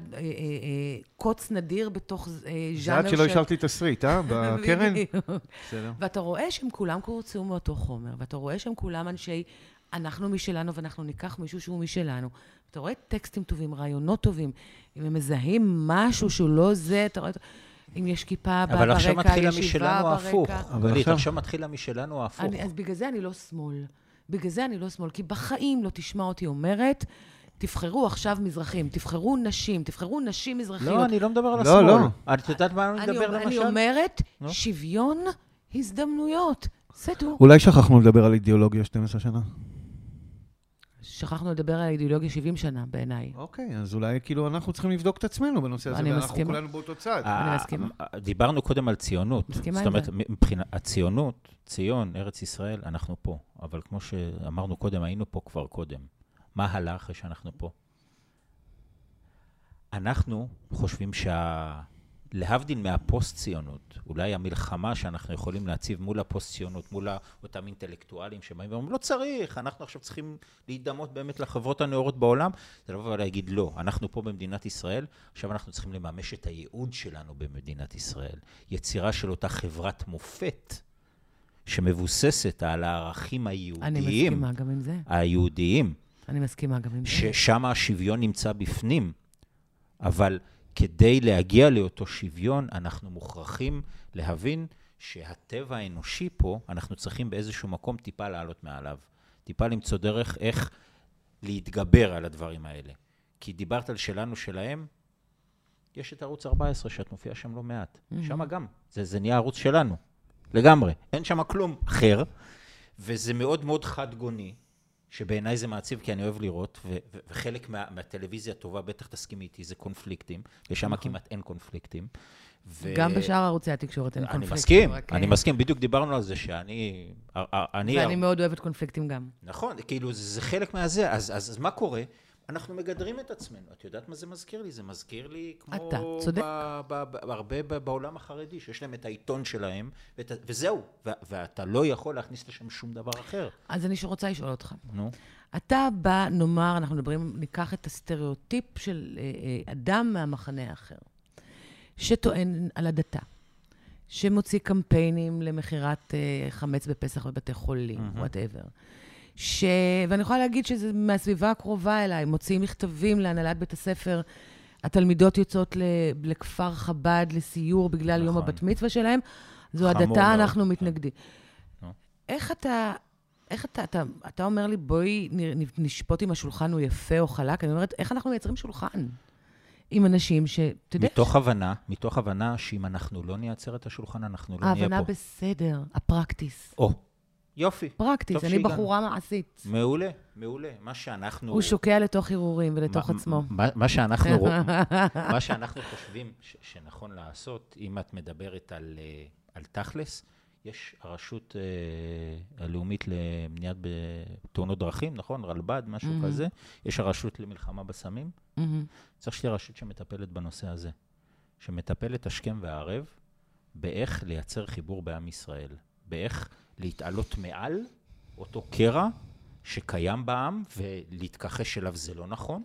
קוץ נדיר בתוך ז'אנר של... זה עד שלא השארתי תסריט, אה? בקרן? ואתה רואה שהם כולם קורצו מאותו חומר, ואתה רואה שהם כולם אנשי, אנחנו משלנו, ואנחנו ניקח מישהו שהוא משלנו. אתה רואה טקסטים טובים, רעיונות טובים, אם הם מזהים משהו שהוא לא זה, אתה רואה... אם יש כיפה ברקע, אבל עכשיו מתחילה משלנו ההפוך. אבל עכשיו מתחילה משלנו ההפוך. אז בגלל זה אני לא שמאל. בגלל זה אני לא שמאל, כי בחיים לא תשמע אותי אומרת, תבחרו עכשיו מזרחים, תבחרו נשים, תבחרו נשים מזרחיות. לא, אני לא מדבר על השמאל. לא, לא. את יודעת מה אני מדבר למשל? אני אומרת, שוויון הזדמנויות. זה טוב. אולי שכחנו לדבר על אידיאולוגיה שתים עשרה שנה? שכחנו לדבר על אידיאולוגיה שבעים שנה בעיניי. אוקיי, אז אולי כאילו אנחנו צריכים לבדוק את עצמנו בנושא הזה, ואנחנו כולנו באותו צד. אני מסכימה. דיברנו קודם על ציונות. מסכימה זאת אומרת, מבחינת הציונות, ציון, ארץ ישראל, אנחנו פה. אבל כמו שאמרנו קודם, היינו פה כבר קודם. מה הלאה אחרי שאנחנו פה? אנחנו חושבים שה... להבדיל מהפוסט-ציונות, אולי המלחמה שאנחנו יכולים להציב מול הפוסט-ציונות, מול אותם אינטלקטואלים שבאים ואומרים, לא צריך, אנחנו עכשיו צריכים להידמות באמת לחברות הנאורות בעולם, זה לא בא להגיד לא, אנחנו פה במדינת ישראל, עכשיו אנחנו צריכים לממש את הייעוד שלנו במדינת ישראל, יצירה של אותה חברת מופת, שמבוססת על הערכים היהודיים, אני מסכימה גם עם זה. היהודיים, אני מסכימה גם עם זה. ששם השוויון נמצא בפנים, אבל כדי להגיע לאותו שוויון, אנחנו מוכרחים להבין שהטבע האנושי פה, אנחנו צריכים באיזשהו מקום טיפה לעלות מעליו. טיפה למצוא דרך איך להתגבר על הדברים האלה. כי דיברת על שלנו שלהם, יש את ערוץ ארבע עשרה שאת מופיעה שם לא מעט. Mm-hmm. שם גם, זה, זה נהיה ערוץ שלנו, לגמרי. אין שם כלום אחר. וזה מאוד מאוד חד גוני, שבעיניי זה מעציב, כי אני אוהב לראות, ו- ו- וחלק מה- מהטלוויזיה הטובה, בטח תסכים איתי, זה קונפליקטים, ושם כמעט אין קונפליקטים. ו- גם בשאר ערוצי התקשורת אין אני קונפליקטים. מסכים, רק, אני אה, מסכים, בדיוק דיברנו על זה שאני... אני- ואני מאוד אוהבת קונפליקטים גם. נכון, כאילו זה, זה חלק מהזה, אז, אז, אז מה קורה? אנחנו מגדרים את עצמנו, את יודעת מה זה מזכיר לי? זה מזכיר לי כמו... אתה צודק. ב, ב, ב, הרבה ב, בעולם החרדי, שיש להם את העיתון שלהם, ואת, וזהו, ו, ואתה לא יכול להכניס לשם שום דבר אחר. אז אני רוצה לשאול אותך. נו. אתה בא, נאמר, אנחנו מדברים, ניקח את הסטריאוטיפ של אה, אה, אדם מהמחנה האחר, שטוען על הדתה, שמוציא קמפיינים למחירת אה, חמץ בפסח בבתי חולים, Mhm. whatever. ש... ואני יכולה להגיד שזה מהסביבה הקרובה אליי, מוציאים מכתבים להנהלת בית הספר, התלמידות יוצאות ל... לכפר חב"ד לסיור בגלל יום נכון. הבת מצווה שלהם, זו חמור הדתה, מאוד. אנחנו מתנגדים. נו. איך אתה... איך אתה, אתה, אתה אומר לי, בואי נ- נשפוט אם השולחן הוא יפה או חלק, אני אומרת, איך אנחנו מייצרים שולחן עם אנשים ש... אתה יודע, מתוך הבנה, מתוך הבנה שאם אנחנו לא נייצר את השולחן, אנחנו לא נהיה פה. ההבנה בסדר, הפרקטיס. או, יופי. פרקטיס, טוב אני שהגענו. בחורה מעשית. מעולה, מעולה. מה שאנחנו... הוא שוקע לתוך הרהורים ולתוך מה- עצמו. מה, מה שאנחנו, מה שאנחנו חושבים ש, שנכון לעשות, אם את מדברת על, אה, על תכלס, יש הרשות אה, הלאומית למניעת בתאונות דרכים, נכון? רלב"ד, משהו Mhm. כזה. יש הרשות למלחמה בסמים. מהמם. צריך שתהיה רשות שמטפלת בנושא הזה. שמטפלת השכם והערב באיך לייצר חיבור בעם ישראל. באיך להתעלות מעל אותו קרע שקיים בעם, ולהתכחש אליו זה לא נכון,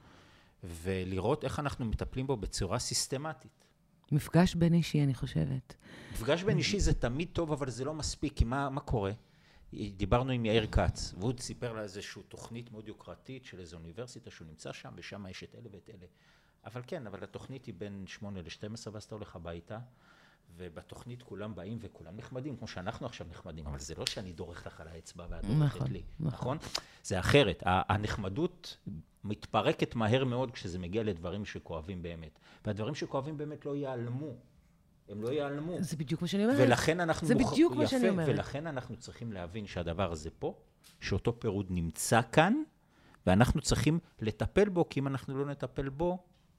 ולראות איך אנחנו מטפלים בו בצורה סיסטמטית. מפגש בין אישי, אני חושבת. מפגש בין אישי זה תמיד טוב, אבל זה לא מספיק, כי מה, מה קורה? דיברנו עם יאיר כץ, והוא סיפר לה איזושהי תוכנית מאוד יוקרתית של איזו אוניברסיטה שהוא נמצא שם, ושם יש את אלה ואת אלה. אבל כן, אבל התוכנית היא בין שמונה לשתים עשרה, ואז אתה הולך הביתה, ובתוכנית כולם באים וכולם נחמדים, כמו שאנחנו עכשיו נחמדים, אבל זה לא שאני דורך לך על האצבע ואת דורכת נכון, לי, נכון. נכון? זה אחרת. ה- הנחמדות מתפרקת מהר מאוד כשזה מגיע לדברים שכואבים באמת. והדברים שכואבים באמת לא ייעלמו. הם לא ייעלמו. זה בדיוק מה שאני אומרת. ולכן אנחנו... זה מוכ- בדיוק מה יפה, שאני אומרת. ולכן אנחנו צריכים להבין שהדבר הזה פה, שאותו פירוד נמצא כאן, ואנחנו צריכים לטפל בו, כי אם אנחנו לא נטפל בו,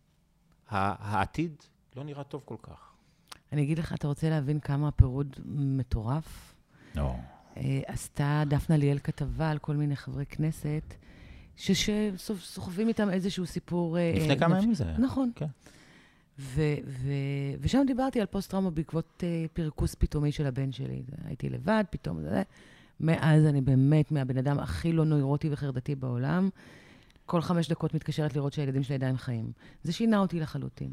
ה- העתיד לא נראה טוב כל כך. אני אגיד לך, אתה רוצה להבין כמה הפירוד מטורף? לא. אה, עשתה דפנה ליאל כתבה על כל מיני חברי כנסת, שסוחבים איתם איזשהו סיפור... אה, לפני כמה נפש- ימים זה היה. נכון. כן. ו- ו- ושם דיברתי על פוסט-טראומה בעקבות אה, פרכוס פתאומי של הבן שלי. הייתי לבד, פתאום זה... מאז אני באמת מהבן אדם הכי לא נוירוטי וחרדתי בעולם. כל חמש דקות מתקשרת לראות שהילדים שלי עדיין חיים. זה שינה אותי לחלוטין.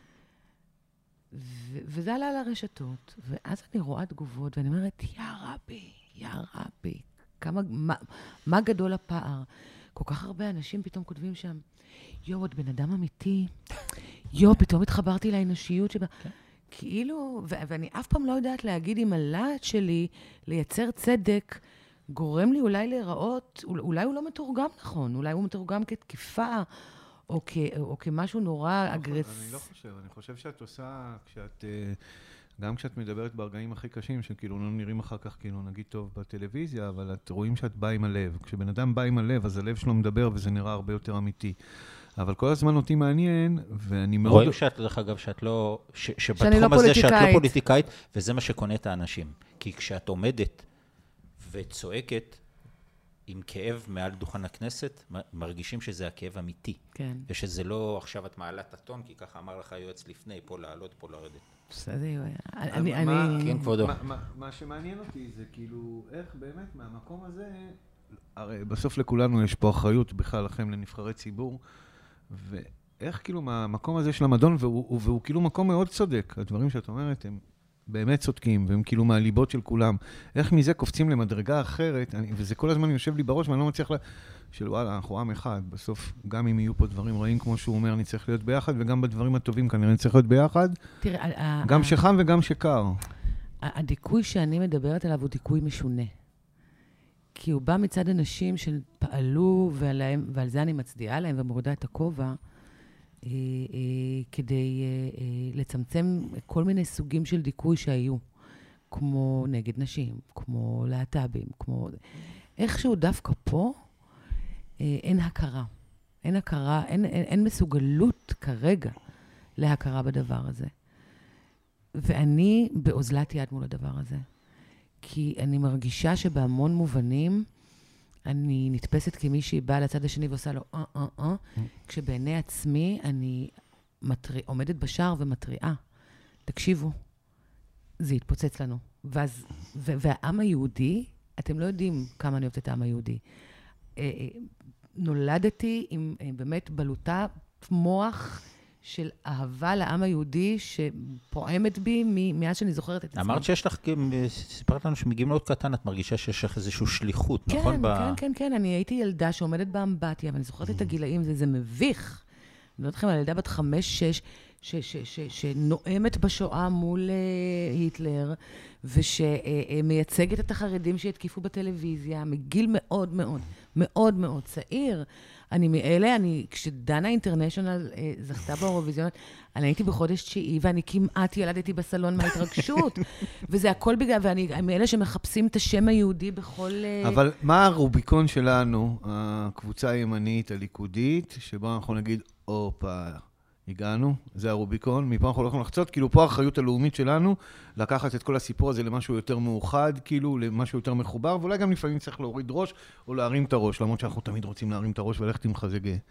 ו- וזה עלה לרשתות, ואז אני רואה תגובות, ואני אומרת, יא רבי, יא רבי, כמה, מה, מה גדול הפער? כל כך הרבה אנשים פתאום כותבים שם, יו, את בן אדם אמיתי, יו, פתאום התחברתי לאנושיות שבה... כאילו, ו- ואני אף פעם לא יודעת להגיד אם הלהט שלי לייצר צדק גורם לי אולי להיראות, אולי הוא לא מתורגם נכון, אולי הוא מתורגם כתקיפה, או, כ- או כמשהו נורא אגרסיבי. אני לא חושב, אני חושב שאת עושה, כשאת, אה, גם כשאת מדברת ברגעים הכי קשים, שכאילו לא נראים אחר כך, כאילו נגיד טוב בטלוויזיה, אבל את רואים שאת באה עם הלב. כשבן אדם בא עם הלב, אז הלב שלו מדבר, וזה נראה הרבה יותר אמיתי. אבל כל הזמן אותי מעניין, ואני מאוד... רואים שאת, דרך אגב, שאת לא... ש, שבתחום שאני לא הזה שאת לא פוליטיקאית. פוליטיקאית, וזה מה שקונה את האנשים. כי כשאת עומדת וצועקת עם כאב מעל דוכן הכנסת, מרגישים שזה הכאב אמיתי. כן. ושזה לא עכשיו את מעלה את הטון, כי ככה אמר לך היועץ לפני, פה לעלות, פה לרדת. בסדר, אני... מה- אני- כן, כבודו. מה- מה- מה שמעניין אותי זה כאילו, איך באמת מהמקום הזה, הרי בסוף לכולנו יש פה אחריות בכלל לכם לנבחרי ציבור, ואיך כאילו מהמקום הזה של המדון, והוא, והוא כאילו מקום מאוד צודק, הדברים שאת אומרת הם באמת צודקים, והם כאילו מהליבות של כולם. איך מזה קופצים למדרגה אחרת, אני, וזה כל הזמן יושב לי בראש, ואני לא מצליח לה, של וואלה, אנחנו עם אחד, בסוף גם אם יהיו פה דברים רעים, כמו שהוא אומר, אני צריך להיות ביחד, וגם בדברים הטובים כנראה אני צריך להיות ביחד, תראה, ה- ה- גם ה- שחם וגם שקר. ה- הדיכוי שאני מדברת עליו הוא דיכוי משונה. כי הוא בא מצד אנשים שפעלו, ועליהם, ועל זה אני מצדיעה להם ומורידה את הכובע, אה, אה, כדי אה, אה, לצמצם כל מיני סוגים של דיכוי שהיו. כמו נגד נשים, כמו להט"בים, כמו... איכשהו דווקא פה אה, אין הכרה. אין הכרה, אין, אין, אין מסוגלות כרגע להכרה בדבר הזה. ואני באוזלת יד מול הדבר הזה. כי אני מרגישה שבהמון מובנים, אני נתפסת כמישהי באה לצד השני ועושה לו אה, אה, אה, כשבעיני עצמי אני מטר... עומדת בשער ומטריעה. תקשיבו, זה יתפוצץ לנו. ואז, ו- והעם היהודי, אתם לא יודעים כמה אני אוהבת את העם היהודי. נולדתי עם באמת בלוטה מוח של אהבה לעם היהודי שפועמת בי מאז שאני זוכרת את עצמי. אמרת שיש לך, סיפרת לנו שמגיעים מאוד קטן, את מרגישה שיש לך איזושהי שליחות, כן, נכון? כן, ב... כן, כן, אני הייתי ילדה שעומדת באמבטיה, ואני זוכרת את הגילאים, זה, זה מביך. אני לא יודעת לכם, על ילדה בת חמש, שש, ש, ש, ש, שנואמת בשואה מול uh, היטלר, ושמייצגת את החרדים שהתקיפו בטלוויזיה, מגיל מאוד מאוד, מאוד מאוד צעיר. אני מאלה, אני, כשדנה אינטרנשיונל uh, זכתה באירוויזיון, אני הייתי בחודש תשיעי, ואני כמעט ילדתי בסלון מההתרגשות, וזה הכל בגלל, ואני מאלה שמחפשים את השם היהודי בכל... Uh... אבל מה הרוביקון שלנו, הקבוצה הימנית, הליכודית, שבה אנחנו נגיד, אופה, הגענו, זה הרוביקון, מפה אנחנו לא יכולים לחצות, כאילו פה האחריות הלאומית שלנו, לקחת את כל הסיפור הזה למשהו יותר מאוחד, כאילו למשהו יותר מחובר, ואולי גם לפעמים צריך להוריד ראש, או להרים את הראש, למרות שאנחנו תמיד רוצים להרים את הראש וללכת עם חזה גאה.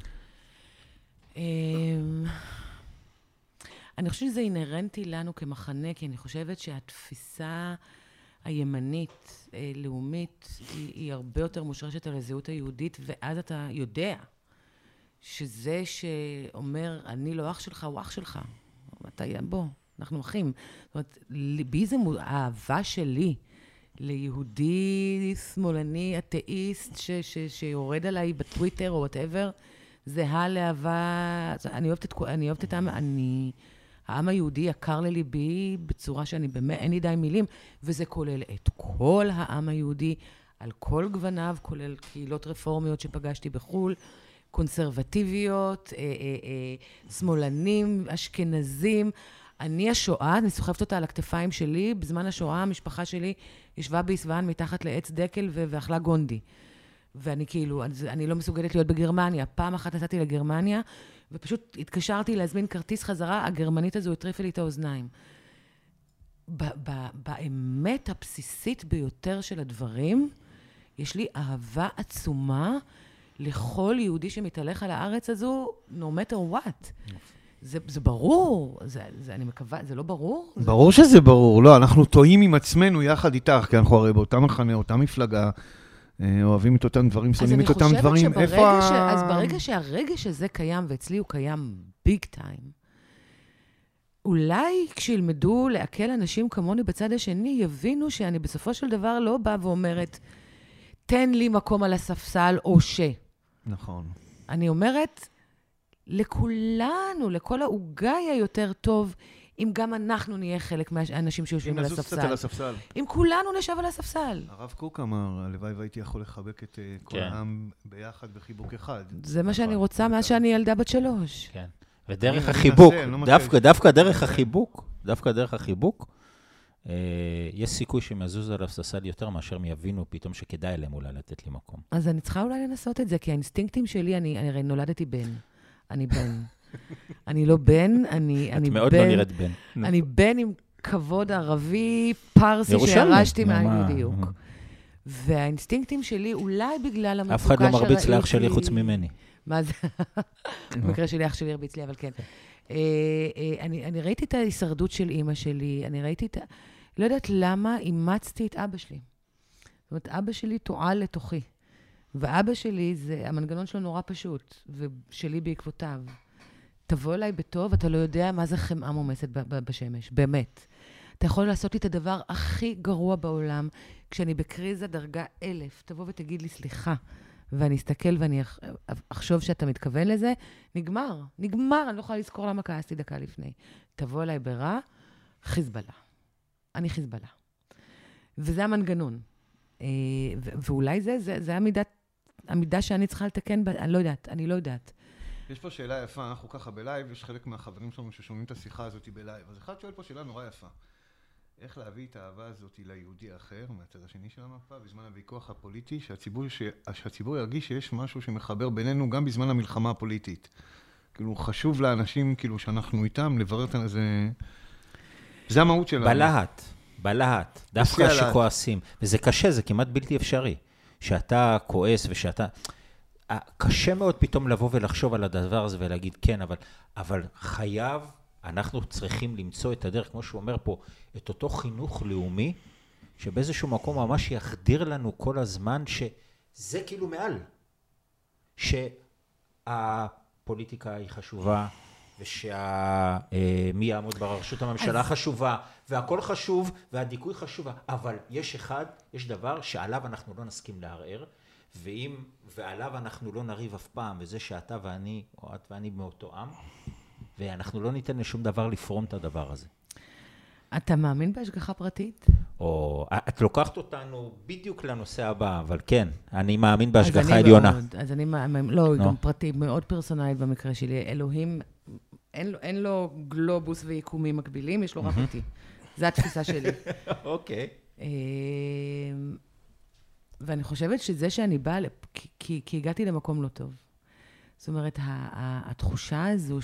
אני חושבת שזה אינרנטי לנו כמחנה, כי אני חושבת שהתפיסה הימנית, לאומית, היא, היא הרבה יותר מושרשת על הזהות היהודית, ואז אתה יודע שזה שאומר, אני לא אח שלך, הוא אח שלך. אתה, בוא, אנחנו אחים. זאת אומרת, בי זה האהבה שלי ליהודי, שמאלני, אתאיסט, ש, ש, שיורד עליי בטוויטר או whatever, זה הלהבה, אני אוהבת את, אני אוהבת את העם, אני, העם היהודי יקר לליבי בצורה שאני באמת, אין לי די מילים, וזה כולל את כל העם היהודי, על כל גווניו, כולל קהילות רפורמיות שפגשתי בחול, קונסרבטיביות, אה, אה, אה, שמאלנים, אשכנזים. אני השואה, אני סוחבת אותה על הכתפיים שלי, בזמן השואה המשפחה שלי ישבה ביסוון מתחת לעץ דקל ו- ואכלה גונדי. ואני כאילו, אני לא מסוגלת להיות בגרמניה. פעם אחת נסעתי לגרמניה, ופשוט התקשרתי להזמין כרטיס חזרה, הגרמנית הזו הטריפה לי את האוזניים. ב- ב- באמת הבסיסית ביותר של הדברים, יש לי אהבה עצומה לכל יהודי שמתהלך על הארץ הזו, no matter what. זה, זה ברור, זה, זה, אני מקווה, זה לא ברור? ברור זה... שזה ברור, לא, אנחנו טועים עם עצמנו יחד איתך, כי אנחנו הרי באותה מחנה, אותה מפלגה, אוהבים את אותם דברים, שונאים את אותם דברים. אז אני חושבת שברגע ש... אז ברגע שהרגש הזה קיים, ואצלי הוא קיים ביג טיים, אולי כשילמדו לעכל אנשים כמוני בצד השני, יבינו שאני בסופו של דבר לא באה ואומרת, תן לי מקום על הספסל או ש. נכון. אני אומרת, לכולנו, לכל העוגה יהיה יותר טוב, אם גם אנחנו נהיה חלק מהאנשים שיושבים על הספסל. אם נזוז קצת על הספסל. אם כולנו נשב על הספסל. הרב קוק אמר, הלוואי והייתי יכול לחבק את כל העם ביחד בחיבוק אחד. זה מה שאני רוצה מאז שאני ילדה בת שלוש. כן. ודרך החיבוק, דווקא דרך החיבוק, דווקא דרך החיבוק, יש סיכוי שהם יזוז על הספסל יותר מאשר הם יבינו פתאום שכדאי להם אולי לתת לי מקום. אז אני צריכה אולי לנסות את זה, כי האינסטינקטים שלי, אני הרי נולדתי בן. אני בן. אני לא בן, אני בן. את מאוד לא נראית בן. אני בן עם כבוד ערבי, פרסי, שירשתי מהיהודיוק. והאינסטינקטים שלי, אולי בגלל המצוקה שראיתי... אף אחד לא מרביץ לאח שלי חוץ ממני. מה זה? במקרה שלי, אח שלי הרביץ לי, אבל כן. אני ראיתי את ההישרדות של אמא שלי, אני ראיתי את... לא יודעת למה אימצתי את אבא שלי. זאת אומרת, אבא שלי תועל לתוכי. ואבא שלי, זה, המנגנון שלו נורא פשוט, ושלי בעקבותיו. תבוא אליי בטוב, אתה לא יודע מה זה חמאה מומסת בשמש, באמת. אתה יכול לעשות לי את הדבר הכי גרוע בעולם, כשאני בקריזה דרגה אלף, תבוא ותגיד לי סליחה, ואני אסתכל ואני אחשוב שאתה מתכוון לזה, נגמר, נגמר, אני לא יכולה לזכור למה כעסתי דקה לפני. תבוא אליי ברע, חיזבאללה. אני חיזבאללה. וזה המנגנון. ואולי זה, זה, זה המידת, המידה שאני צריכה לתקן, אני לא יודעת, אני לא יודעת. יש פה שאלה יפה, אנחנו ככה בלייב, יש חלק מהחברים שלנו ששומעים את השיחה הזאת בלייב. אז אחד שואל פה שאלה נורא יפה. איך להביא את האהבה הזאת ליהודי האחר, מהצד השני של המפה, בזמן הוויכוח הפוליטי, שהציבור, ש... שהציבור ירגיש שיש משהו שמחבר בינינו גם בזמן המלחמה הפוליטית. כאילו, חשוב לאנשים, כאילו, שאנחנו איתם, לברר את זה. זה המהות שלנו. בלהט, בלהט, דווקא שכועסים. וזה קשה, זה כמעט בלתי אפשרי. שאתה כועס ושאתה... קשה מאוד פתאום לבוא ולחשוב על הדבר הזה ולהגיד כן, אבל, אבל חייב, אנחנו צריכים למצוא את הדרך, כמו שהוא אומר פה, את אותו חינוך לאומי, שבאיזשהו מקום ממש יחדיר לנו כל הזמן שזה כאילו מעל. שהפוליטיקה היא חשובה, ושמי יעמוד ברשות הממשלה חשובה, והכל חשוב, והדיכוי חשובה, אבל יש אחד, יש דבר שעליו אנחנו לא נסכים לערער, ואם, ועליו אנחנו לא נריב אף פעם, וזה שאתה ואני, או את ואני מאותו עם, ואנחנו לא ניתן לשום דבר לפרום את הדבר הזה. אתה מאמין בהשגחה פרטית? או, את לוקחת אותנו בדיוק לנושא הבא, אבל כן, אני מאמין בהשגחה עליונה. אז אני מאמין, לא, היא גם פרטית, מאוד פרסונלית במקרה שלי. אלוהים, אין לו, אין לו גלובוס ויקומים מקבילים, יש לו רק אותי. זו התפיסה שלי. אוקיי. ואני חושבת שזה שאני באה, כי, כי, כי הגעתי למקום לא טוב. זאת אומרת, התחושה הזו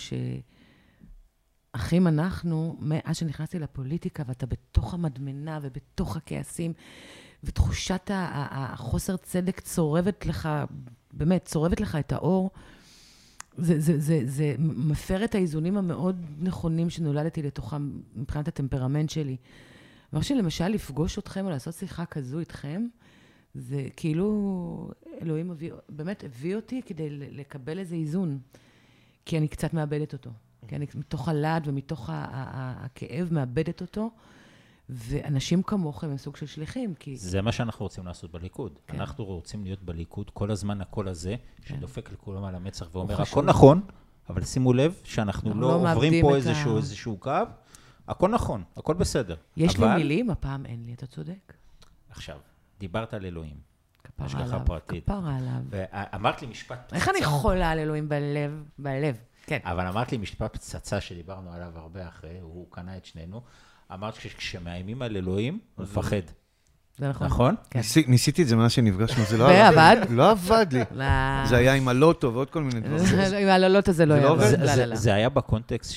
שאחים אנחנו, מאז שנכנסתי לפוליטיקה, ואתה בתוך המדמנה ובתוך הכעסים, ותחושת החוסר צדק צורבת לך, באמת, צורבת לך את האור, זה, זה, זה, זה מפר את האיזונים המאוד נכונים שנולדתי לתוכם, מבחינת הטמפרמנט שלי. ואני חושב למשל לפגוש אתכם או לעשות שיחה כזו איתכם, זה כאילו אלוהים הביא, באמת הביא אותי כדי לקבל איזה איזון, כי אני קצת מאבדת אותו. כי אני מתוך הלעד ומתוך הכאב מאבדת אותו, ואנשים כמוכם הם סוג של שליחים. כי... זה מה שאנחנו רוצים לעשות בליכוד. כן. אנחנו רוצים להיות בליכוד כל הזמן הקול הזה, כן. שדופק לכולם על המצח ואומר, הכל נכון, אבל שימו לב שאנחנו לא, לא עוברים פה איזשהו, ה... איזשהו קו, הכל נכון, הכל בסדר. יש אבל... לי מילים, הפעם אין לי, אתה צודק. עכשיו, דיברת על אלוהים. כפר עליו, כפר עליו. ואמרת לי משפט פצצה. איך אני חולה על אלוהים בלב, בלב, כן. אבל אמרת לי משפט פצצה שדיברנו עליו הרבה אחרי, הוא קנה את שנינו. אמרת שכשמאיימים על אלוהים, הוא מפחד. זה נכון. נכון? ניסיתי את זה מאז שנפגשנו, זה לא עבד. ועבד? לא עבד לי. זה היה עם הלוטו ועוד כל מיני דברים. עם הלוטו זה לא היה. זה היה בקונטקסט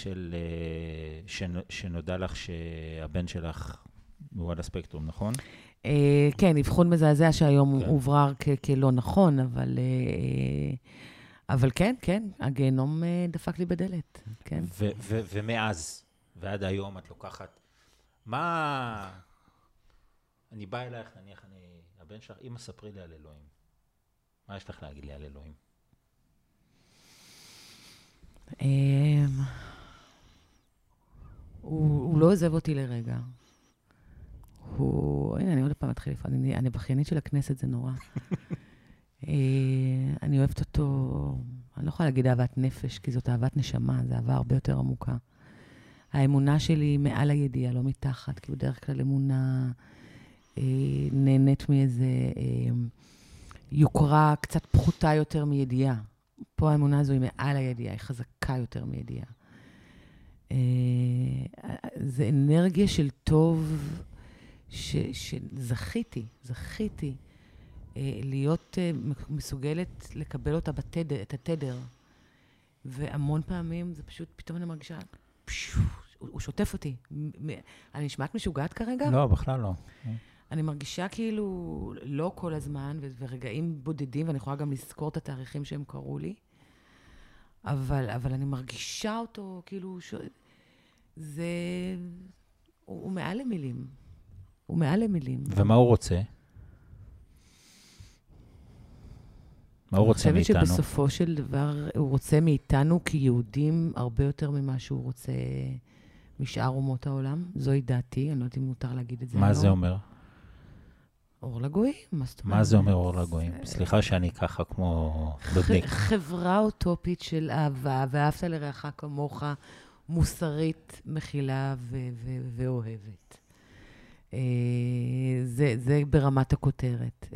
שנודע לך שהבן שלך הוא על הספקטרום, נכון? כן, אבחון מזעזע שהיום הוברר כלא נכון, אבל... אבל כן, כן, הגיהנום דפק לי בדלת, כן. ומאז, ועד היום את לוקחת, מה... אני באה אלייך, נניח, אני... הבן שלך, אמא, ספרי לי על אלוהים. מה יש לך להגיד לי על אלוהים? הוא לא עוזב אותי לרגע. הוא... הנה, אני עוד פעם מתחיל לפעול. אני בכיינית של הכנסת, זה נורא. אני אוהבת אותו, אני לא יכולה להגיד אהבת נפש, כי זאת אהבת נשמה, זה אהבה הרבה יותר עמוקה. האמונה שלי היא מעל הידיעה, לא מתחת, כי בדרך כלל אמונה אה, נהנית מאיזה אה, יוקרה קצת פחותה יותר מידיעה. פה האמונה הזו היא מעל הידיעה, היא חזקה יותר מידיעה. אה, זה אנרגיה של טוב ש, שזכיתי, זכיתי. להיות מסוגלת לקבל אותה בתדר, את התדר. והמון פעמים זה פשוט, פתאום אני מרגישה, הוא שוטף אותי. אני נשמעת משוגעת כרגע? לא, בכלל לא. אני מרגישה כאילו לא כל הזמן, ורגעים בודדים, ואני יכולה גם לזכור את התאריכים שהם קראו לי, אבל, אבל אני מרגישה אותו כאילו, ש... זה... הוא, הוא מעל למילים. הוא מעל למילים. ומה הוא רוצה? מה הוא רוצה מאיתנו? אני חושבת שבסופו של דבר הוא רוצה מאיתנו כיהודים הרבה יותר ממה שהוא רוצה משאר אומות העולם. זוהי דעתי, אני לא יודעת אם מותר להגיד את זה. מה זה אומר? אור לגויים, מה זאת אומרת? מה זה אומר אור לגויים? סליחה שאני ככה כמו דודניק. חברה אוטופית של אהבה, ואהבת לרעך כמוך, מוסרית, מכילה ואוהבת. זה ברמת הכותרת.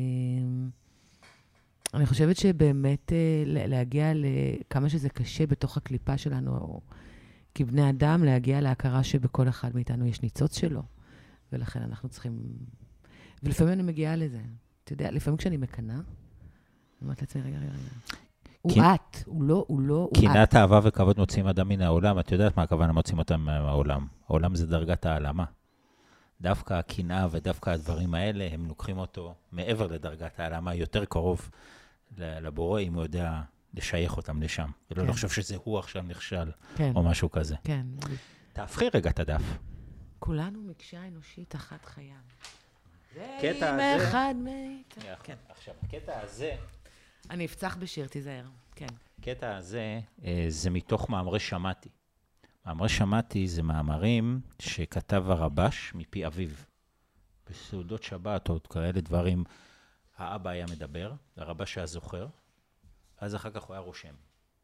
אני חושבת שבאמת להגיע לכמה שזה קשה בתוך הקליפה שלנו, כבני אדם, להגיע להכרה שבכל אחד מאיתנו יש ניצוץ שלו. ולכן אנחנו צריכים... ולפעמים אני מגיעה לזה. אתה יודע, לפעמים כשאני מקנה, אני אומרת לעצמי, רגע, רגע, רגע. הוא את, הוא לא, הוא לא, הוא את. קנאת אהבה וכבוד מוצאים אדם מן העולם, את יודעת מה הכוונה מוצאים אותם מהעולם. העולם זה דרגת העלמה. דווקא הקנאה ודווקא הדברים האלה, הם לוקחים אותו מעבר לדרגת העלמה, יותר קרוב לבורא, אם הוא יודע לשייך אותם לשם. ולא לחשוב שזה הוא עכשיו נכשל, או משהו כזה. כן. תהפכי רגע את הדף. כולנו מקשה אנושית אחת חיה. קטע הזה... זה אחד מאיתה. כן. עכשיו, הקטע הזה... אני אפצח בשיר, תיזהר. כן. הקטע הזה, זה מתוך מאמרי שמעתי. מאמרי שמעתי זה מאמרים שכתב הרבש מפי אביו. בסעודות שבת, עוד כאלה דברים, האבא היה מדבר, הרבש היה זוכר, אז אחר כך הוא היה רושם.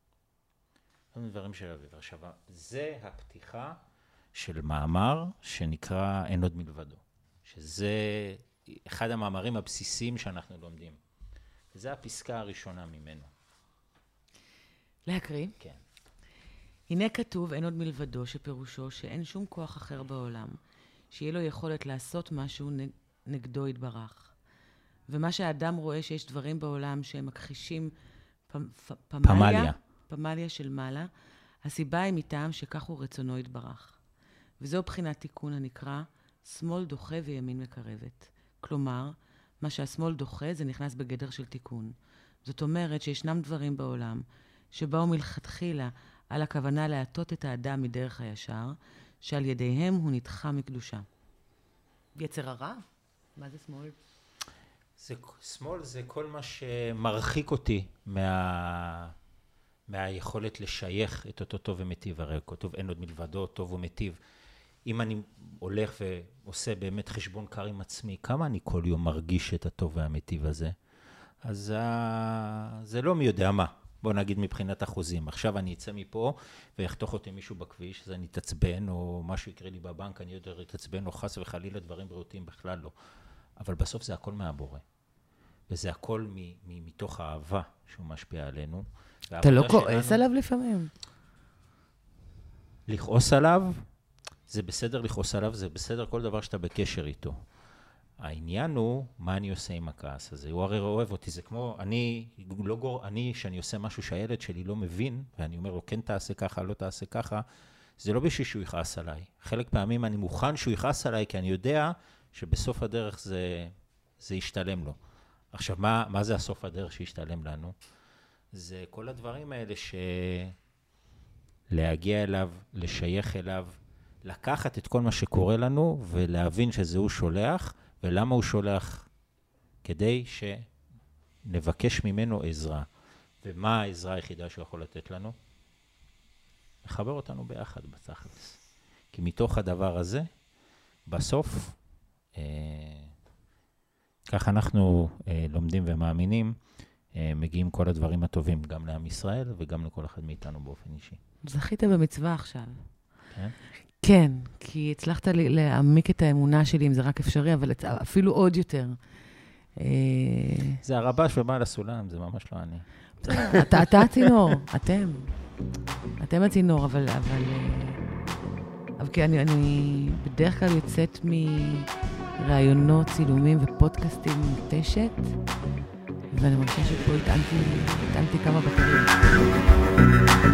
זה דברים של אביו. עכשיו, זה הפתיחה של מאמר שנקרא אין עוד מלבדו. שזה אחד המאמרים הבסיסיים שאנחנו לומדים. וזו הפסקה הראשונה ממנו. להקריא? כן. הנה כתוב אין עוד מלבדו, שפירושו שאין שום כוח אחר בעולם, שיהיה לו יכולת לעשות משהו נגדו יתברך. ומה שהאדם רואה שיש דברים בעולם שהם מכחישים פמ, פמליה, פמליה. פמליה של מעלה, הסיבה היא מטעם שכך הוא רצונו יתברך. וזו בחינת תיקון הנקרא שמאל דוחה וימין מקרבת. כלומר, מה שהשמאל דוחה זה נכנס בגדר של תיקון. זאת אומרת שישנם דברים בעולם שבאו מלכתחילה על הכוונה להטות את האדם מדרך הישר, שעל ידיהם הוא נדחה מקדושה. יצר הרע? מה זה שמאל? זה, שמאל זה כל מה שמרחיק אותי מה, מהיכולת לשייך את אותו טוב ומטיב. הרי כתוב אין עוד מלבדו, טוב ומטיב. אם אני הולך ועושה באמת חשבון קר עם עצמי, כמה אני כל יום מרגיש את הטוב והמטיב הזה? אז uh, זה לא מי יודע מה. בוא נגיד מבחינת אחוזים. עכשיו אני אצא מפה ויחתוך אותי מישהו בכביש, אז אני אתעצבן, או משהו יקרה לי בבנק, אני יודע להתעצבן, או חס וחלילה דברים בריאותיים בכלל לא. אבל בסוף זה הכל מהבורא. וזה הכל מ- מ- מתוך האהבה שהוא משפיע עלינו. אתה לא כועס עליו לפעמים? לכעוס עליו, זה בסדר לכעוס עליו, זה בסדר כל דבר שאתה בקשר איתו. העניין הוא, מה אני עושה עם הכעס הזה? הוא הרי אוהב אותי, זה כמו, אני, לא גור, אני, שאני עושה משהו שהילד שלי לא מבין, ואני אומר לו, כן תעשה ככה, לא תעשה ככה, זה לא בשביל שהוא יכעס עליי. חלק פעמים אני מוכן שהוא יכעס עליי, כי אני יודע שבסוף הדרך זה, זה ישתלם לו. עכשיו, מה, מה זה הסוף הדרך שישתלם לנו? זה כל הדברים האלה שלהגיע אליו, לשייך אליו, לקחת את כל מה שקורה לנו, ולהבין שזה הוא שולח, ולמה הוא שולח? כדי שנבקש ממנו עזרה. ומה העזרה היחידה שהוא יכול לתת לנו? לחבר אותנו ביחד בתכלס. כי מתוך הדבר הזה, בסוף, אה, כך אנחנו אה, לומדים ומאמינים, אה, מגיעים כל הדברים הטובים גם לעם ישראל, וגם לכל אחד מאיתנו באופן אישי. זכית במצווה עכשיו. כן? כן, כי הצלחת להעמיק את האמונה שלי, אם זה רק אפשרי, אבל אפילו עוד יותר. זה הרבש ובעל הסולם, זה ממש לא אני. אתה הצינור, אתם. אתם הצינור, אבל... אבל כי אני בדרך כלל יוצאת מרעיונות, צילומים ופודקאסטים מותשת, ואני מרגישה שפה התאמתי כמה בטריות.